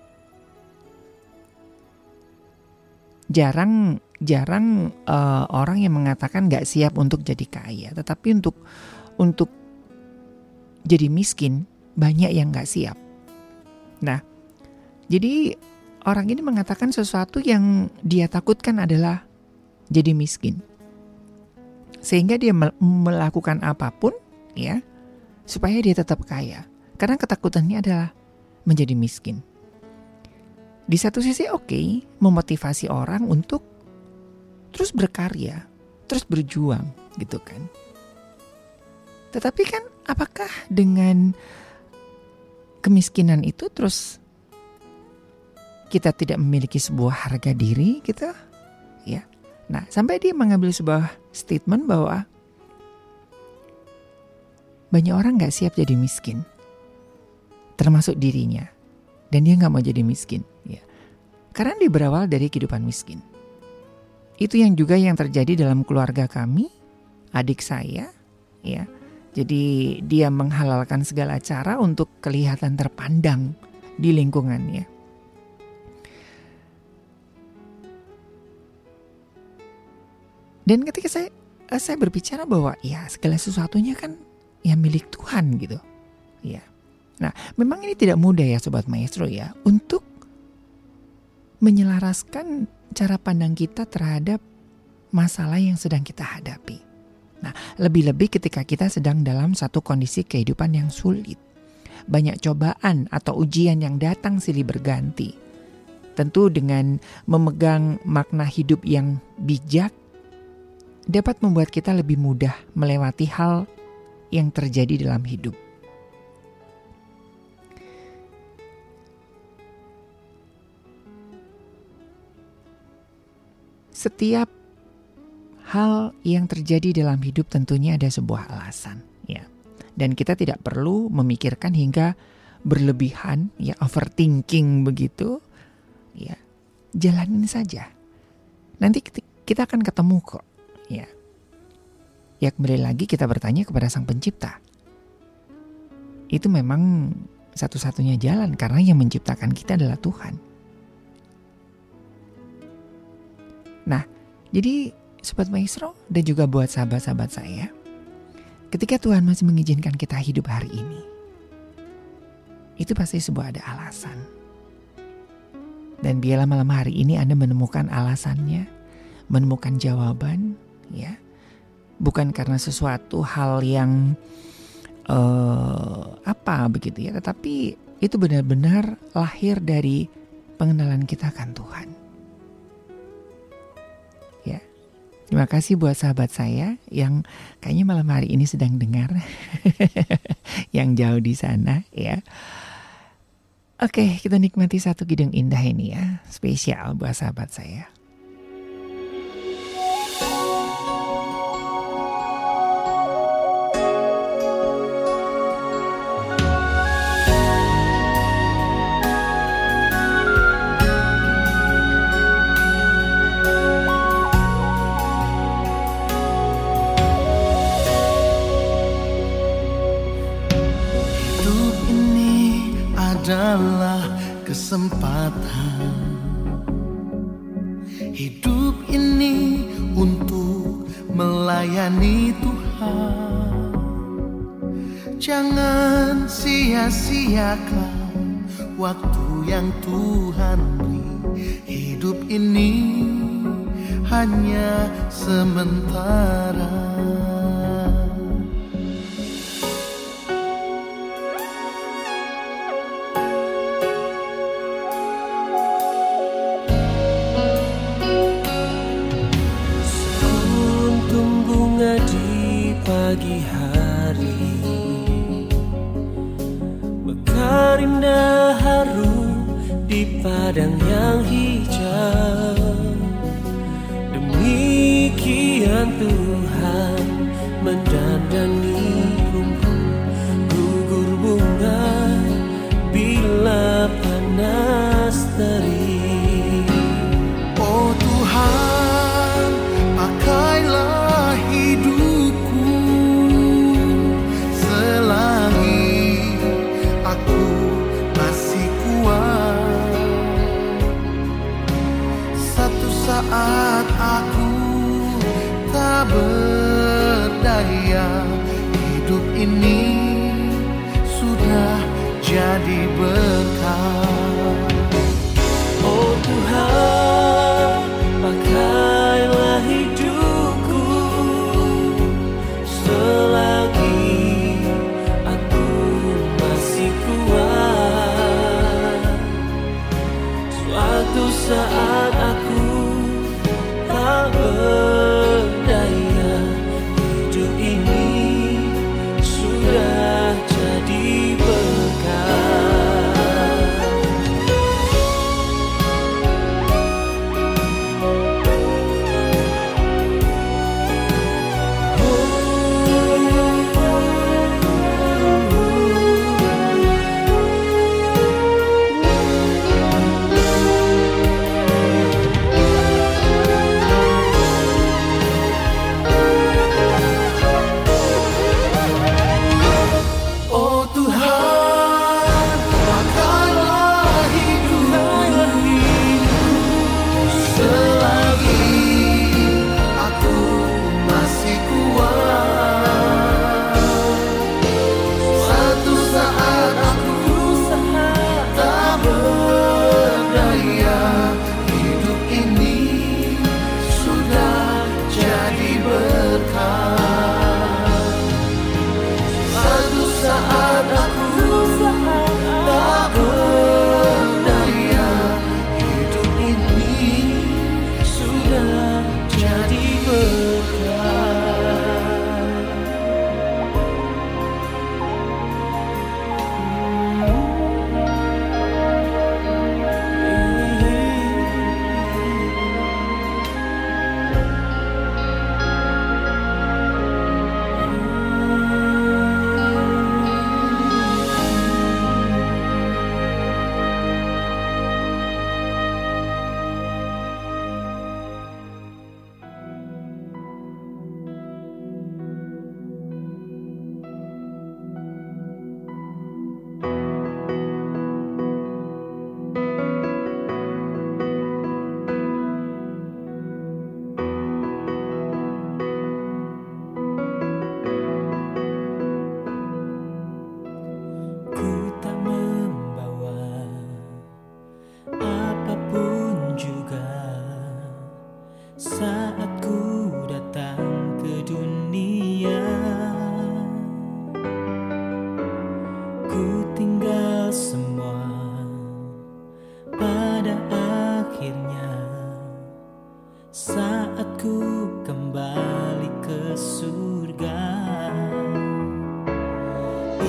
Jarang orang yang mengatakan nggak siap untuk jadi kaya, tetapi untuk jadi miskin banyak yang nggak siap. Nah, jadi orang ini mengatakan sesuatu yang dia takutkan adalah jadi miskin. Sehingga dia melakukan apapun ya supaya dia tetap kaya. Karena ketakutannya adalah menjadi miskin. Di satu sisi oke, memotivasi orang untuk terus berkarya, terus berjuang gitu kan. Tetapi kan apakah dengan kemiskinan itu terus kita tidak memiliki sebuah harga diri gitu ya. Nah, sampai dia mengambil sebuah statement bahwa banyak orang gak siap jadi miskin, termasuk dirinya, dan dia gak mau jadi miskin ya. Karena dia berawal dari kehidupan miskin. Itu yang juga yang terjadi dalam keluarga kami, adik saya ya. Jadi dia menghalalkan segala cara untuk kelihatan terpandang di lingkungannya. Dan ketika saya berbicara bahwa ya segala sesuatunya kan ya milik Tuhan gitu. Ya. Nah, memang ini tidak mudah ya Sobat Maestro ya untuk menyelaraskan cara pandang kita terhadap masalah yang sedang kita hadapi. Nah, lebih-lebih ketika kita sedang dalam satu kondisi kehidupan yang sulit. Banyak cobaan atau ujian yang datang silih berganti. Tentu dengan memegang makna hidup yang bijak dapat membuat kita lebih mudah melewati hal yang terjadi dalam hidup. Setiap hal yang terjadi dalam hidup tentunya ada sebuah alasan, ya. Dan kita tidak perlu memikirkan hingga berlebihan, ya, overthinking begitu, ya. Jalanin saja. Nanti kita akan ketemu kok, ya. Ya, kembali lagi kita bertanya kepada Sang Pencipta. Itu memang satu-satunya jalan karena yang menciptakan kita adalah Tuhan. Nah, jadi Sobat Maestro dan juga buat sahabat-sahabat saya, ketika Tuhan masih mengizinkan kita hidup hari ini, itu pasti sebuah ada alasan. Dan biarlah malam hari ini Anda menemukan alasannya, menemukan jawaban, ya, bukan karena sesuatu hal yang begitu ya, tetapi itu benar-benar lahir dari pengenalan kita akan Tuhan. Ya, terima kasih buat sahabat saya yang kayaknya malam hari ini sedang dengar, yang jauh di sana ya. Oke, kita nikmati satu kidung indah ini ya, spesial buat sahabat saya. Adalah kesempatan hidup ini untuk melayani Tuhan. Jangan sia-siakan waktu yang Tuhan beri. Hidup ini hanya sementara. Pagi hari mekar indah harum di padang yang hijau. Demikian Tuhan mendandani rumput gugur bunga bila panas terik. Oh Tuhan, pakailah hidupku selagi aku masih kuat. Satu saat aku tak berdaya, hidup ini sudah jadi berkah. Oh Tuhan, pakailah hidupku selagi aku masih kuat. Suatu saat aku tak berdaya, hidup ini sudah jadi berkah.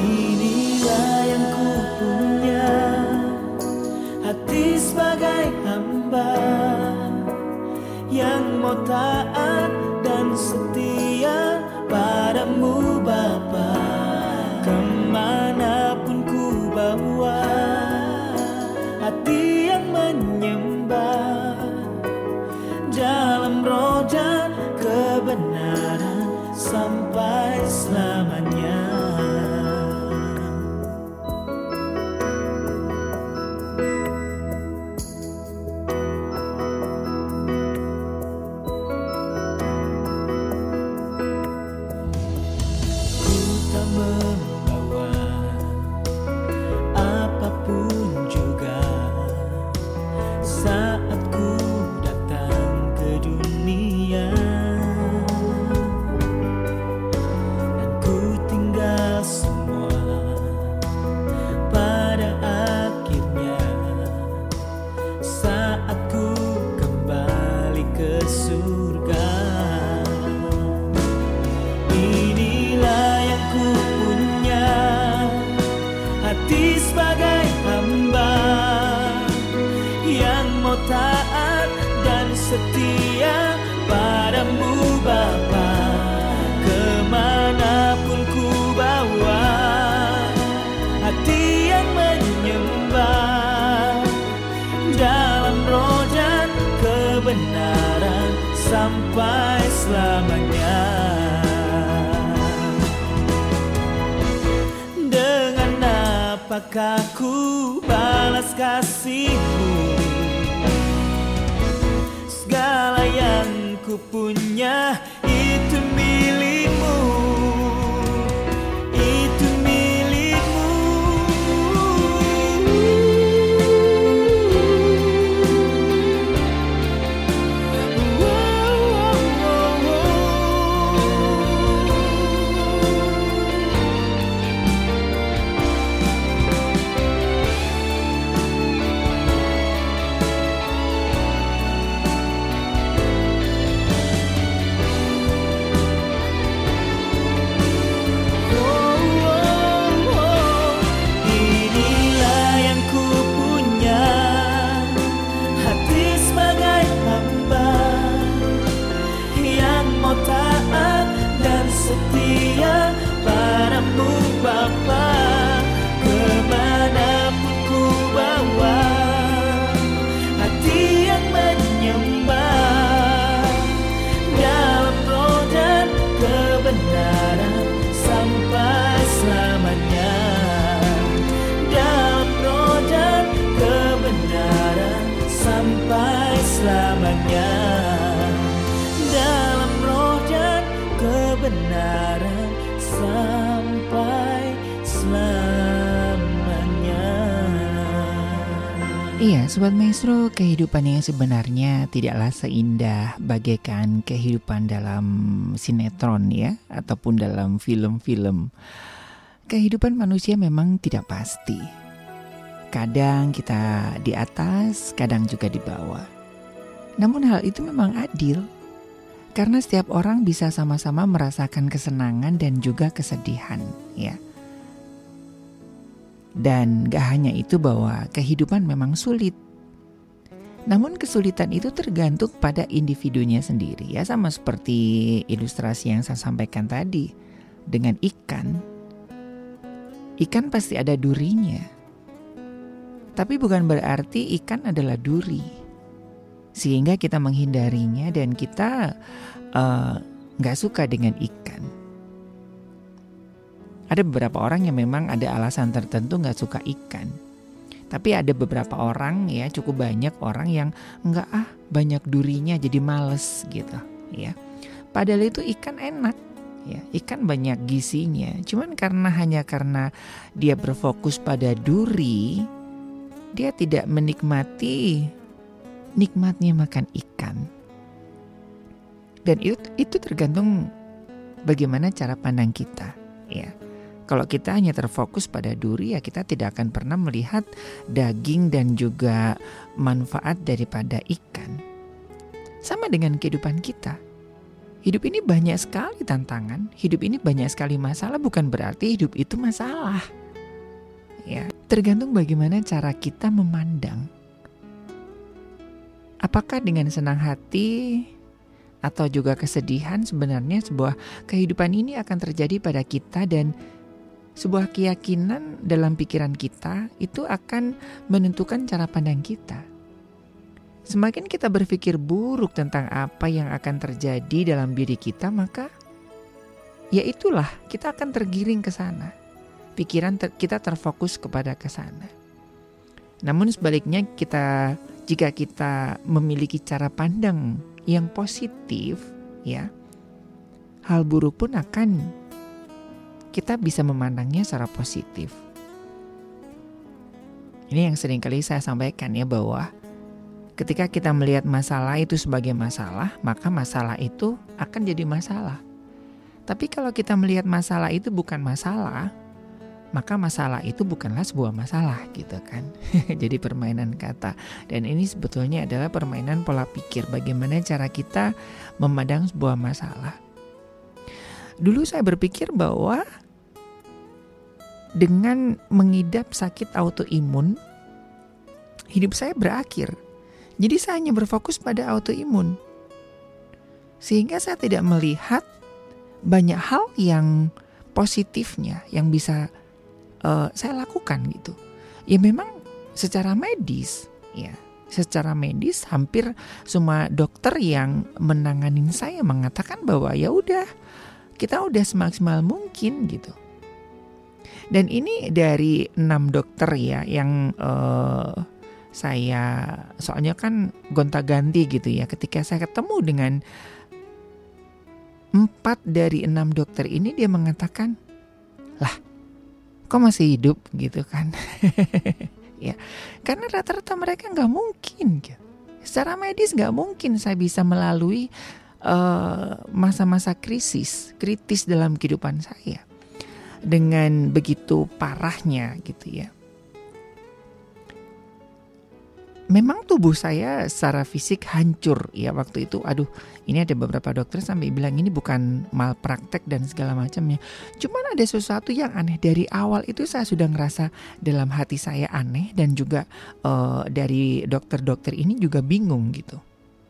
Inilah yang ku punya, hati sebagai hamba yang mau taat dan setia padamu Bapa. Kemanapun ku bawa, hati yang menyembah dalam roh dan kebenaran sampai selamanya. Ku tak membawa apapun juga saat ku datang ke dunia, dan ku tinggal semua pada akhirnya saat ku kembali ke surga. Inilah yang ku punya, hati sebagai hamba yang mau taat dan setia padamu Bapa. Kemanapun ku bawa, hati yang menyembah dalam roh dan kebenaran sampai selamanya. Dengan apakah ku balas kasih-Mu? Segala yang ku punya itu milik-Mu, itu milik-Mu. Inilah yang ku punya, hati sebagai hamba yang mau taat dan setia padamu Bapa. Kemanapun ku bawa, hati yang menyembah dalam roh dan kebenaran sampai selamanya. Dalam roh dan kebenaran sampai selamanya. Dalam roh dan kebenaran sampai selamanya. Iya, Sobat Maestro, kehidupan yang sebenarnya tidaklah seindah bagaikan kehidupan dalam sinetron ya, ataupun dalam film-film. Kehidupan manusia memang tidak pasti. Kadang kita di atas, kadang juga di bawah. Namun hal itu memang adil, karena setiap orang bisa sama-sama merasakan kesenangan dan juga kesedihan ya. Dan gak hanya itu bahwa kehidupan memang sulit. Namun kesulitan itu tergantung pada individunya sendiri ya, sama seperti ilustrasi yang saya sampaikan tadi dengan ikan. Ikan pasti ada durinya. Tapi bukan berarti ikan adalah duri. Sehingga kita menghindarinya dan kita gak suka dengan ikan. Ada beberapa orang yang memang ada alasan tertentu gak suka ikan. Tapi ada beberapa orang ya, cukup banyak orang yang enggak banyak durinya jadi males gitu ya. Padahal itu ikan enak ya, ikan banyak gizinya. Cuman hanya karena dia berfokus pada duri, dia tidak menikmati nikmatnya makan ikan. Dan itu tergantung bagaimana cara pandang kita ya. Kalau kita hanya terfokus pada duri ya kita tidak akan pernah melihat daging dan juga manfaat daripada ikan. Sama dengan kehidupan kita. Hidup ini banyak sekali tantangan, hidup ini banyak sekali masalah, bukan berarti hidup itu masalah. Ya, tergantung bagaimana cara kita memandang. Apakah dengan senang hati atau juga kesedihan, sebenarnya sebuah kehidupan ini akan terjadi pada kita, dan sebuah keyakinan dalam pikiran kita itu akan menentukan cara pandang kita. Semakin kita berpikir buruk tentang apa yang akan terjadi dalam diri kita, maka ya itulah, kita akan tergiring ke sana. Pikiran kita terfokus kepada ke sana. Namun sebaliknya, jika kita memiliki cara pandang yang positif, ya, hal buruk pun akan kita bisa memandangnya secara positif. Ini yang seringkali saya sampaikan ya, bahwa ketika kita melihat masalah itu sebagai masalah, maka masalah itu akan jadi masalah. Tapi kalau kita melihat masalah itu bukan masalah, maka masalah itu bukanlah sebuah masalah, gitu kan. Jadi permainan kata. Dan ini sebetulnya adalah permainan pola pikir, bagaimana cara kita memandang sebuah masalah. Dulu saya berpikir bahwa dengan mengidap sakit autoimun, hidup saya berakhir. Jadi saya hanya berfokus pada autoimun. Sehingga saya tidak melihat banyak hal yang positifnya yang bisa saya lakukan gitu. Ya memang secara medis, ya, secara medis hampir semua dokter yang menanganin saya mengatakan bahwa ya udah, kita udah semaksimal mungkin gitu. Dan ini dari 6 dokter ya yang saya, soalnya kan gonta-ganti gitu ya. Ketika saya ketemu dengan 4 dari 6 dokter ini, dia mengatakan, lah kok masih hidup gitu kan. Ya, karena rata-rata mereka gak mungkin gitu. Secara medis gak mungkin saya bisa melalui masa-masa kritis dalam kehidupan saya dengan begitu parahnya gitu ya. Memang tubuh saya secara fisik hancur ya waktu itu. Aduh, ini ada beberapa dokter sampai bilang ini bukan malpraktek dan segala macamnya. Cuman ada sesuatu yang aneh. Dari awal itu saya sudah ngerasa dalam hati saya aneh, dan juga dari dokter-dokter ini juga bingung gitu.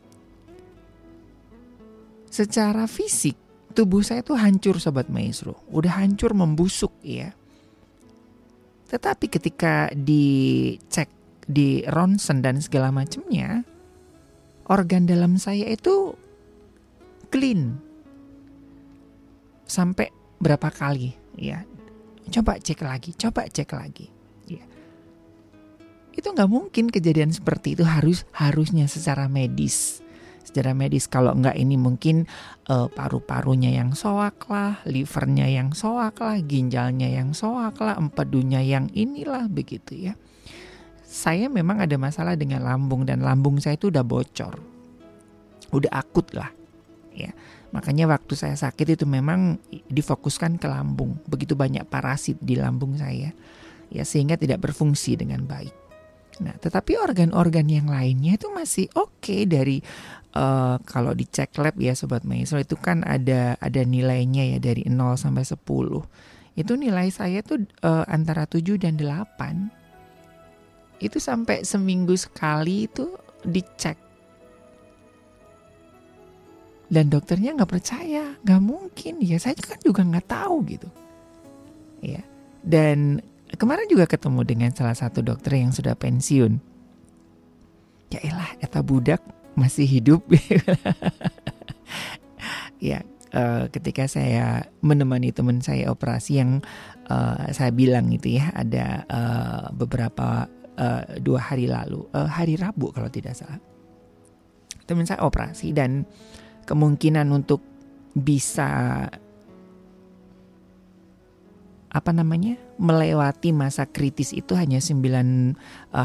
Secara fisik tubuh saya tuh hancur Sobat Maestro. Udah hancur, membusuk ya. Tetapi ketika dicek di ronsen dan segala macamnya, organ dalam saya itu clean. Sampai berapa kali ya, coba cek lagi ya. Itu gak mungkin kejadian seperti itu, harusnya secara medis. Kalau enggak ini mungkin paru-parunya yang soak lah, livernya yang soak lah, ginjalnya yang soak lah, empedunya yang inilah begitu ya. Saya memang ada masalah dengan lambung, dan lambung saya itu udah bocor, udah akut lah ya. Makanya waktu saya sakit itu memang difokuskan ke lambung, begitu banyak parasit di lambung saya ya, sehingga tidak berfungsi dengan baik. Nah, tetapi organ-organ yang lainnya itu masih oke. Dari kalau dicek lab ya Sobat Maestro, itu kan ada nilainya ya dari 0 sampai 10. Itu nilai saya tuh antara 7 dan 8. Itu sampai seminggu sekali itu dicek. Dan dokternya gak percaya, gak mungkin. Ya saya kan juga gak tahu gitu. Ya. Dan kemarin juga ketemu dengan salah satu dokter yang sudah pensiun. Ya elah, eta budak masih hidup. Ya, ketika saya menemani teman saya operasi yang saya bilang itu ya, ada beberapa 2 hari lalu, hari Rabu kalau tidak salah, teman saya operasi, dan kemungkinan untuk bisa melewati masa kritis itu hanya 5%.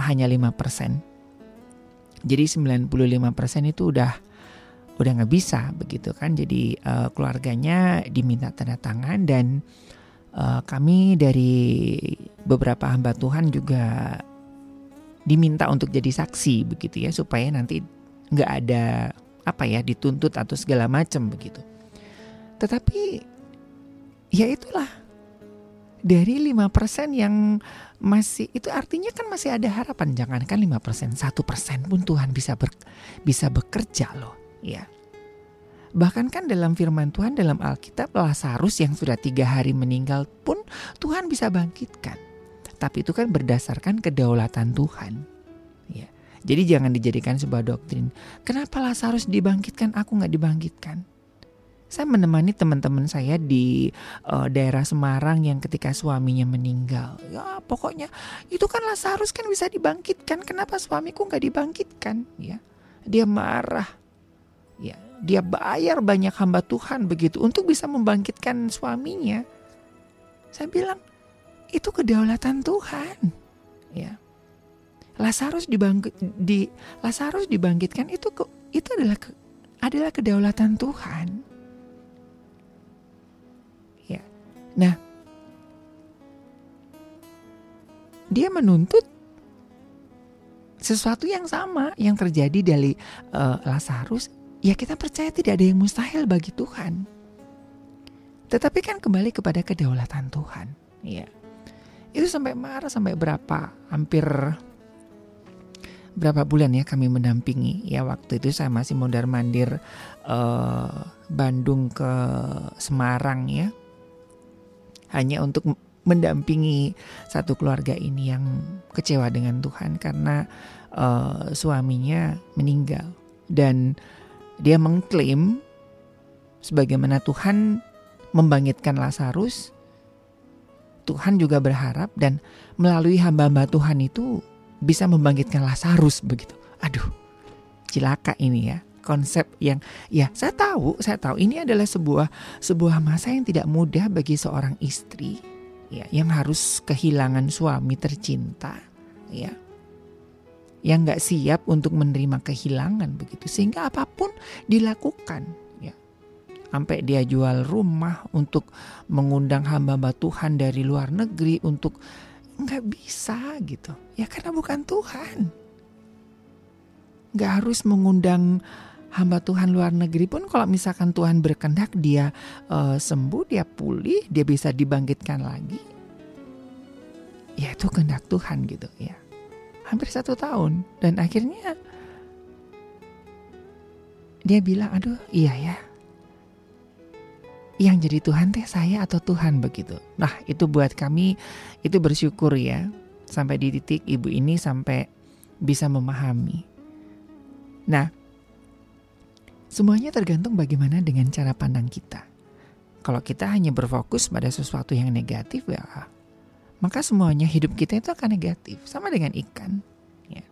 Jadi 95% itu udah nggak bisa begitu kan. Jadi keluarganya diminta tanda tangan, dan kami dari beberapa hamba Tuhan juga diminta untuk jadi saksi begitu ya, supaya nanti nggak ada dituntut atau segala macam begitu. Tetapi ya itulah, dari 5% yang masih, itu artinya kan masih ada harapan. Jangankan 5%, 1% pun Tuhan bisa bekerja loh, ya. Bahkan kan dalam firman Tuhan dalam Alkitab, Lazarus yang sudah 3 hari meninggal pun Tuhan bisa bangkitkan. Tapi itu kan berdasarkan kedaulatan Tuhan, ya. Jadi jangan dijadikan sebuah doktrin. Kenapa Lazarus dibangkitkan, aku gak dibangkitkan? Saya menemani teman-teman saya di daerah Semarang yang ketika suaminya meninggal. Ya pokoknya itu kan Lazarus kan bisa dibangkitkan. Kenapa suamiku gak dibangkitkan? Ya, dia marah. Ya, dia bayar banyak hamba Tuhan begitu untuk bisa membangkitkan suaminya. Saya bilang itu kedaulatan Tuhan. Ya, Lazarus dibangkitkan itu adalah kedaulatan Tuhan. Ya, nah, dia menuntut sesuatu yang sama yang terjadi dari Lazarus. Ya kita percaya tidak ada yang mustahil bagi Tuhan. Tetapi kan kembali kepada kedaulatan Tuhan. Ya. Itu sampai marah sampai hampir berapa bulan ya kami mendampingi. Ya waktu itu saya masih mondar-mandir Bandung ke Semarang ya. Hanya untuk mendampingi satu keluarga ini yang kecewa dengan Tuhan karena suaminya meninggal. Dan dia mengklaim sebagaimana Tuhan membangkitkan Lazarus, Tuhan juga berharap dan melalui hamba-hamba Tuhan itu bisa membangkitkan Lazarus begitu. Aduh, cilaka ini ya. Konsep yang ya saya tahu ini adalah sebuah masa yang tidak mudah bagi seorang istri ya, yang harus kehilangan suami tercinta ya. Yang gak siap untuk menerima kehilangan begitu. Sehingga apapun dilakukan ya. Sampai dia jual rumah untuk mengundang hamba-hamba Tuhan dari luar negeri untuk, gak bisa gitu. Ya karena bukan Tuhan. Gak harus mengundang hamba Tuhan luar negeri pun kalau misalkan Tuhan berkehendak dia sembuh, dia pulih, dia bisa dibangkitkan lagi. Ya itu kehendak Tuhan gitu ya. Hampir 1 tahun. Dan akhirnya dia bilang, aduh iya ya, yang jadi Tuhan teh saya atau Tuhan begitu. Nah itu buat kami itu bersyukur ya. Sampai di titik ibu ini sampai bisa memahami. Nah semuanya tergantung bagaimana dengan cara pandang kita. Kalau kita hanya berfokus pada sesuatu yang negatif ya, maka semuanya hidup kita itu akan negatif. Sama dengan ikan ya.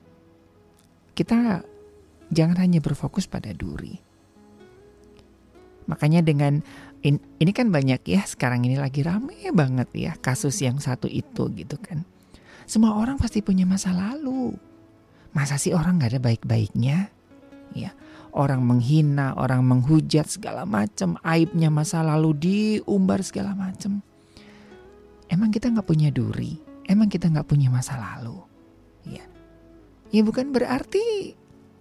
Kita jangan hanya berfokus pada duri. Makanya dengan ini kan banyak ya, sekarang ini lagi rame banget ya kasus yang satu itu gitu kan. Semua orang pasti punya masa lalu. Masa sih orang gak ada baik-baiknya ya. Orang menghina, orang menghujat segala macam, aibnya masa lalu diumbar segala macam. Emang kita gak punya duri? Emang kita gak punya masa lalu? Ya, ya bukan berarti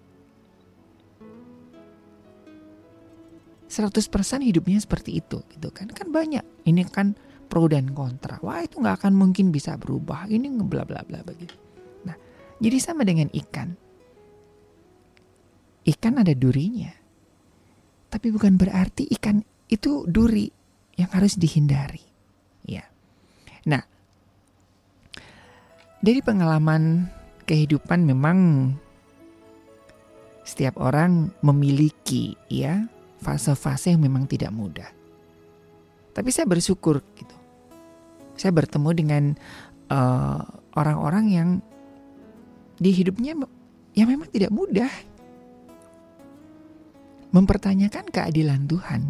100% hidupnya seperti itu gitu kan. Kan banyak, ini kan pro dan kontra. Wah itu gak akan mungkin bisa berubah, ini bla bla bla begitu. Nah jadi sama dengan ikan. Ikan ada durinya. Tapi bukan berarti ikan itu duri yang harus dihindari. Ya. Nah, dari pengalaman kehidupan memang setiap orang memiliki ya fase-fase yang memang tidak mudah. Tapi saya bersyukur gitu. Saya bertemu dengan orang-orang yang di hidupnya yang memang tidak mudah. Mempertanyakan keadilan Tuhan.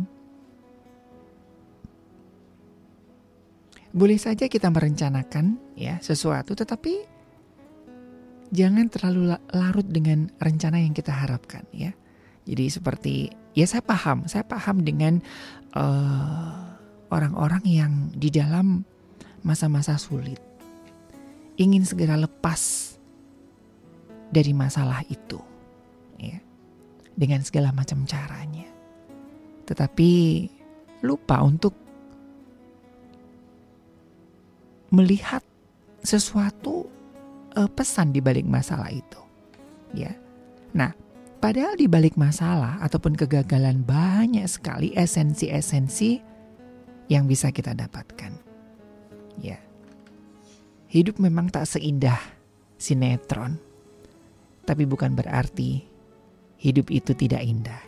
Boleh saja kita merencanakan ya sesuatu, tetapi jangan terlalu larut dengan rencana yang kita harapkan ya. Jadi seperti ya saya paham dengan orang-orang yang di dalam masa-masa sulit ingin segera lepas dari masalah itu ya, dengan segala macam caranya. Tetapi lupa untuk melihat sesuatu pesan di balik masalah itu. Ya. Nah, padahal di balik masalah ataupun kegagalan banyak sekali esensi-esensi yang bisa kita dapatkan. Ya. Hidup memang tak seindah sinetron. Tapi bukan berarti hidup itu tidak indah.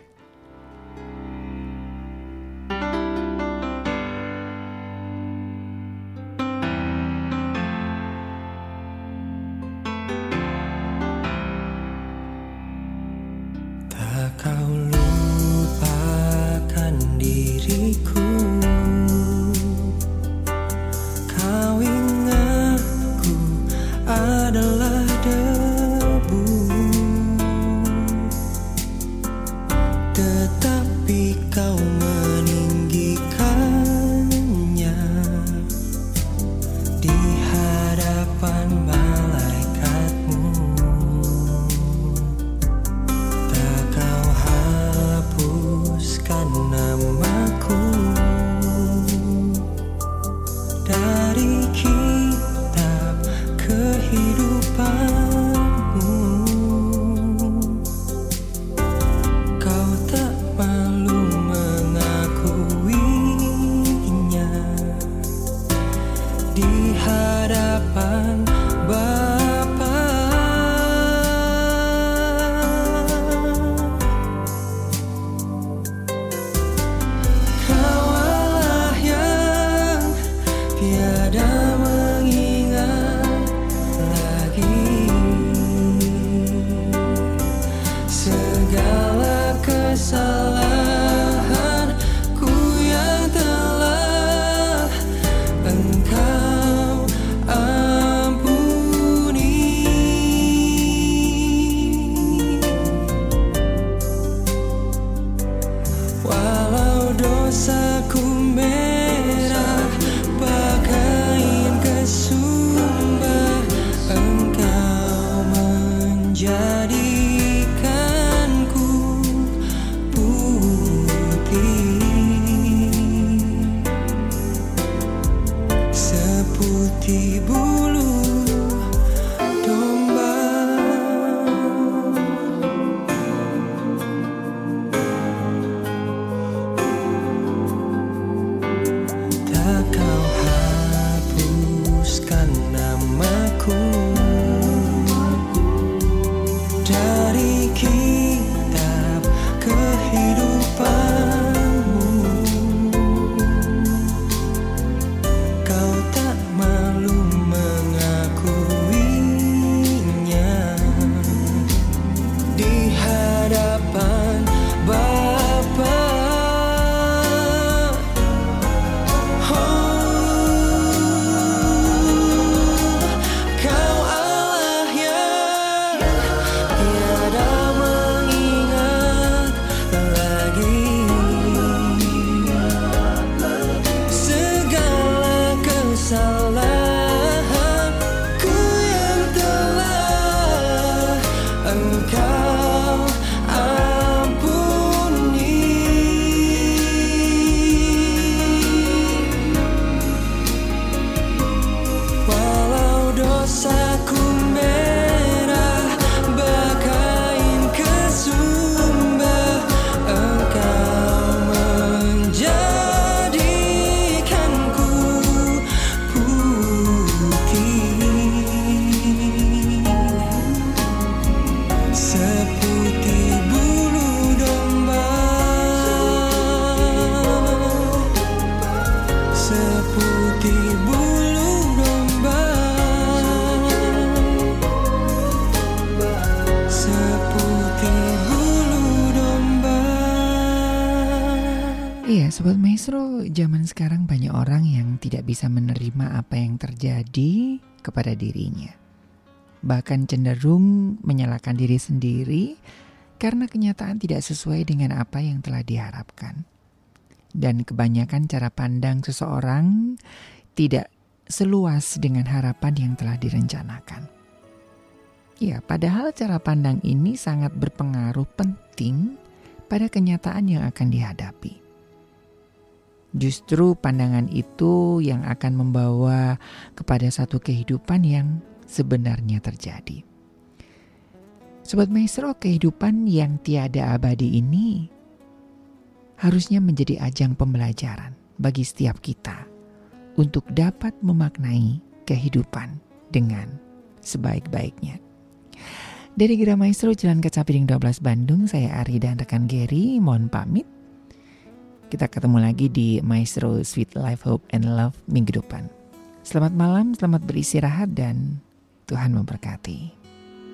Tak kau lupakan diriku, kau ingatku adalah debu, tetapi kau meninggikannya di hadapan malaikatmu. Tak kau hapuskan namaku dari kitab kehidupanmu. Kau tak malu mengakuinya di hadapan Bapa. Kau Allah yang tiada mengingat lagi segala kesalahanku yang telah Engkau ampuni. Walau dosaku merah pakaian kesumba, Engkau menjadikanku putih seputih bulu domba. Tak kau hapuskan namaku dari kitab kehidupanmu. Kau tak malu mengakuinya di hadapan Bapa. Kau Allah yang tiada mengingat lagi segala kesalahanku yang telah Engkau ampuni. Walau dosaku merah bakain kesumba, Engkau menjadikanku putih seputih bulu domba, seputih bulu domba, seputih bulu domba. Iya, Sobat Maestro, zaman sekarang banyak orang yang tidak bisa menerima apa yang terjadi kepada dirinya. Bahkan cenderung menyalahkan diri sendiri karena kenyataan tidak sesuai dengan apa yang telah diharapkan. Dan kebanyakan cara pandang seseorang tidak seluas dengan harapan yang telah direncanakan. Ya, padahal cara pandang ini sangat berpengaruh penting pada kenyataan yang akan dihadapi. Justru pandangan itu yang akan membawa kepada satu kehidupan yang sebenarnya terjadi. Sobat Maestro, kehidupan yang tiada abadi ini harusnya menjadi ajang pembelajaran bagi setiap kita untuk dapat memaknai kehidupan dengan sebaik-baiknya. Dari Gera Maestro Jalan Kaca Piring 12 Bandung, saya Ari dan rekan Gary mohon pamit. Kita ketemu lagi di Maestro Sweet Life, Hope and Love minggu depan. Selamat malam, selamat beristirahat dan Tuhan memberkati.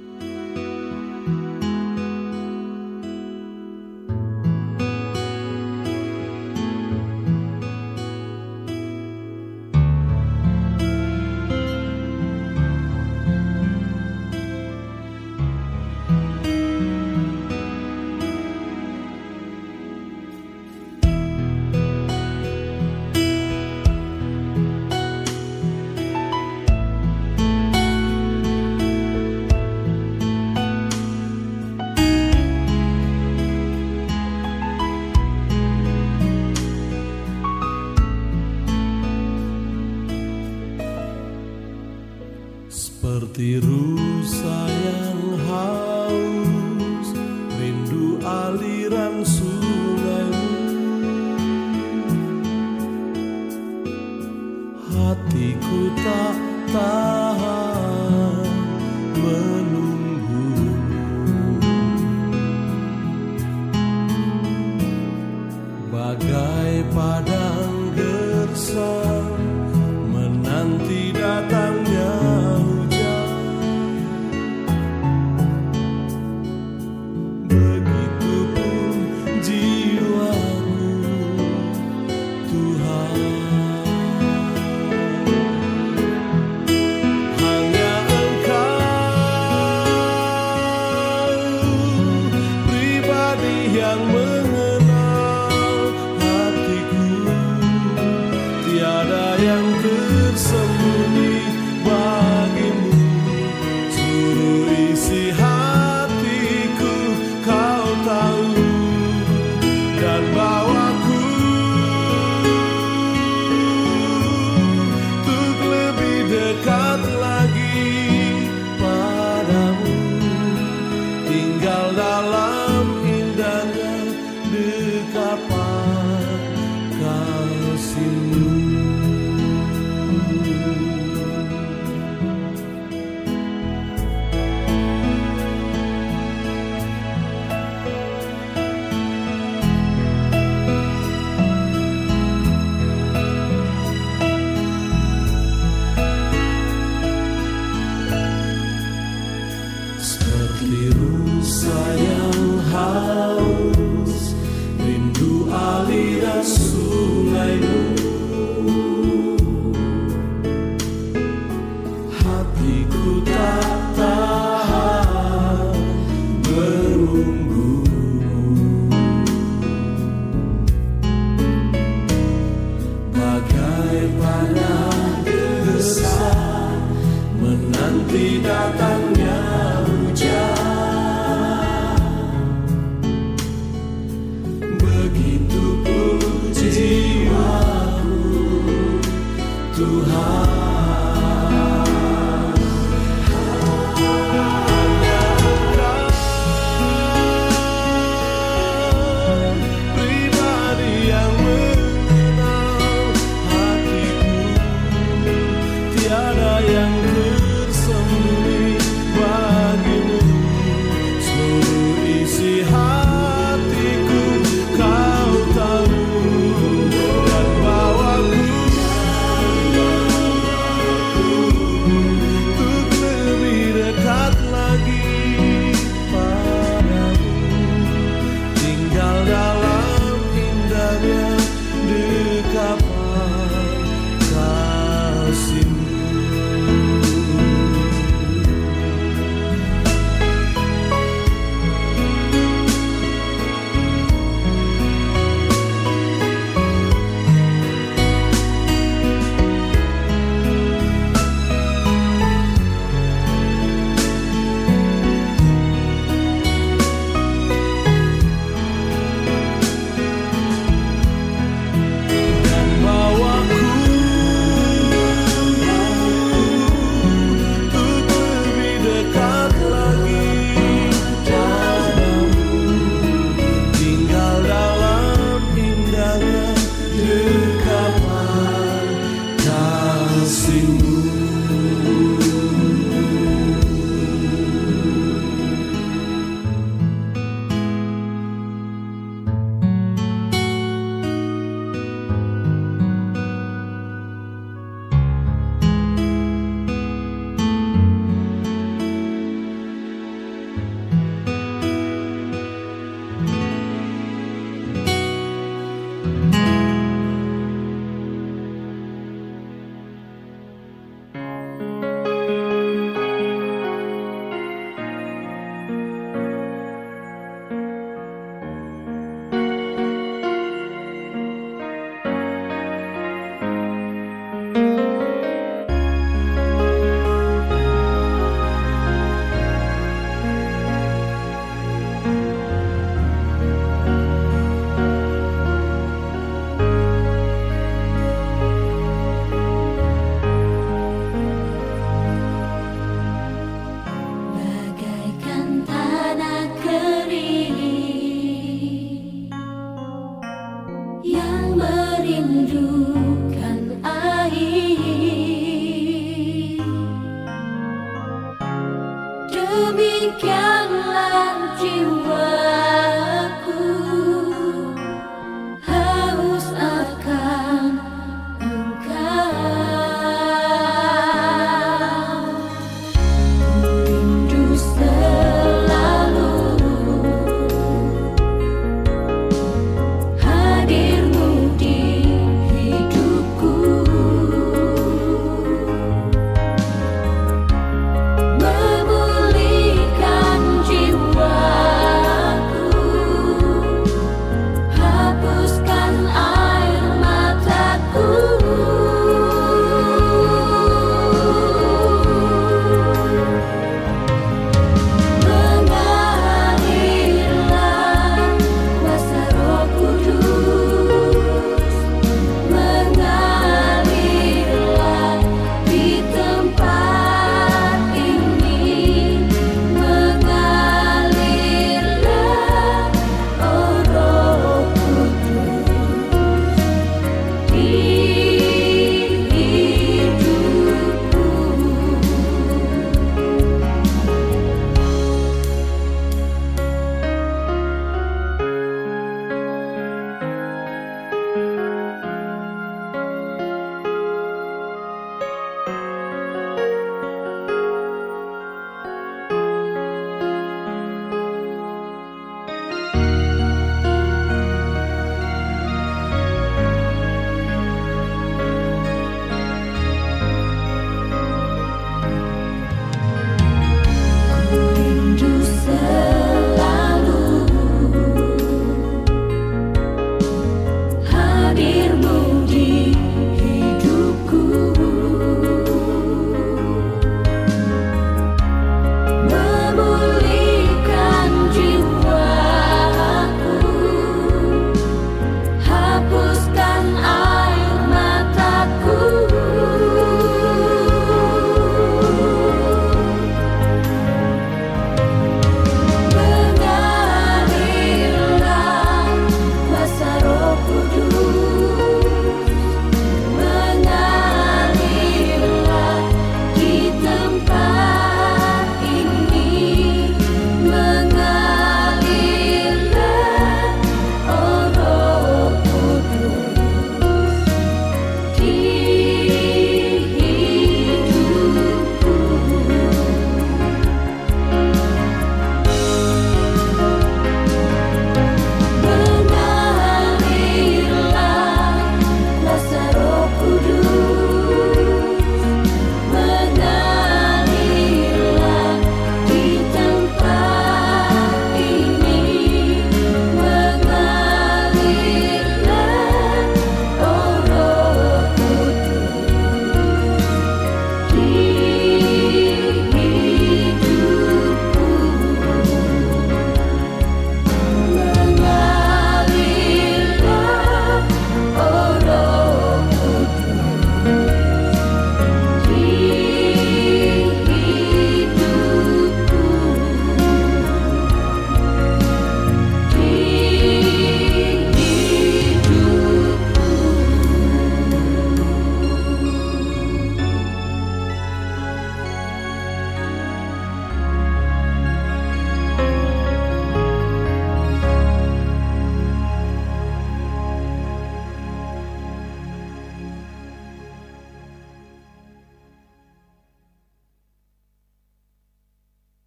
Seperti rusa yang haus, rindu aliran sungaimu. Hatiku tak tahan menunggumu. Bagai padang gersang menanti datangnya hujan. Begitupun jiwaku, Tuhan. Hanya Engkau pribadi yang mengenal hatiku. Tiada yang tersembunyi bagimu. Seluruh isi hatiku kau tahu, dan bawaku untuk lebih dekat lagi padamu. Tinggal dalam indahnya dekapan kasih-Mu. Seperti rusa yang haus, rindu aliran sungaimu. Hatiku tak tahan menunggumu. Bagai padang gersang menanti datangnya hujan. Begitupun jiwaku, Tuhan. Hanya Engkau pribadi yang mengenal hatiku. Tiada yang tersembunyi berikan